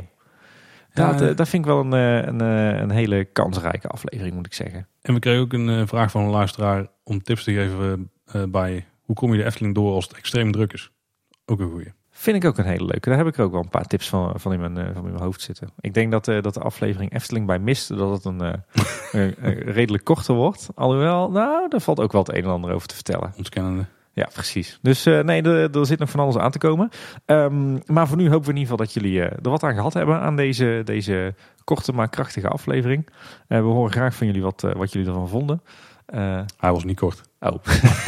S2: Dat,
S1: ja,
S2: uh, dat vind ik wel een, een, een hele kansrijke aflevering, moet ik zeggen.
S1: En we kregen ook een uh, vraag van een luisteraar om tips te geven uh, bij hoe kom je de Efteling door als het extreem druk is. Ook een goeie.
S2: Vind ik ook een hele leuke. Daar heb ik er ook wel een paar tips van, van, in, mijn, uh, van in mijn hoofd zitten. Ik denk dat, uh, dat de aflevering Efteling bij Mist, dat het een, uh, een, een redelijk korter wordt. Alhoewel, nou, daar valt ook wel het een en ander over te vertellen.
S1: Ontkennende.
S2: Ja, precies. Dus uh, nee, er, er zit nog van alles aan te komen. Um, maar voor nu hopen we in ieder geval dat jullie uh, er wat aan gehad hebben aan deze, deze korte maar krachtige aflevering. Uh, we horen graag van jullie wat, uh, wat jullie ervan vonden. Uh,
S1: Hij was niet kort.
S2: Oh,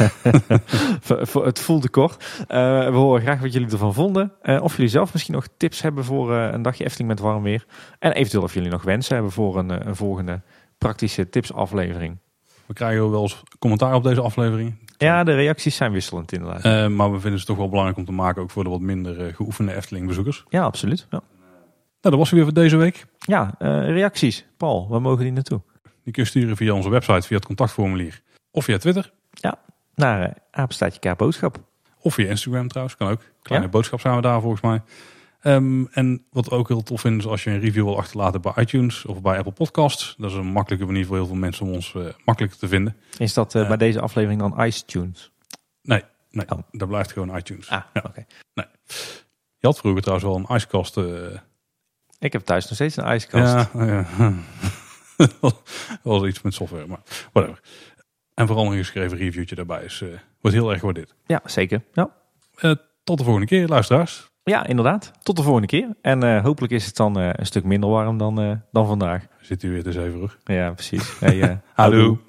S2: het voelde kort. Uh, we horen graag wat jullie ervan vonden. Uh, of jullie zelf misschien nog tips hebben voor uh, een dagje Efteling met warm weer. En eventueel of jullie nog wensen hebben voor een, uh, een volgende praktische tipsaflevering.
S1: We krijgen wel eens commentaar op deze aflevering.
S2: Ja, de reacties zijn wisselend inderdaad.
S1: Uh, maar we vinden het toch wel belangrijk om te maken, ook voor de wat minder uh, geoefende Efteling-bezoekers.
S2: Ja, absoluut. Ja.
S1: Nou, dat was het weer voor deze week.
S2: Ja, uh, reacties. Paul, waar mogen die naartoe?
S1: Die kun je sturen via onze website, via het contactformulier. Of via Twitter.
S2: Ja, naar uh, apenstaartje K boodschap.
S1: Of via Instagram trouwens, kan ook. Kleine
S2: ja?
S1: boodschap zijn we daar volgens mij. Um, en wat we ook heel tof vinden is als je een review wil achterlaten bij iTunes of bij Apple Podcasts. Dat is een makkelijke manier voor heel veel mensen om ons uh, makkelijker te vinden.
S2: Is dat uh, uh, bij deze aflevering dan iTunes?
S1: Nee, nee
S2: oh.
S1: dat blijft gewoon iTunes.
S2: Ah,
S1: ja.
S2: oké. Okay.
S1: Nee. Je had vroeger trouwens wel een ijskast. Uh...
S2: Ik heb thuis nog steeds een ijskast.
S1: Ja, ja. Dat was iets met software, maar whatever. En vooral een geschreven reviewtje daarbij is, uh, wordt heel erg gewaardeerd.
S2: Ja, zeker. Ja.
S1: Uh, tot de volgende keer, luisteraars.
S2: Ja, inderdaad. Tot de volgende keer. En uh, hopelijk is het dan uh, een stuk minder warm dan, uh, dan vandaag.
S1: Zit u weer te zeverig.
S2: Ja, precies. Hey, uh,
S1: Hallo.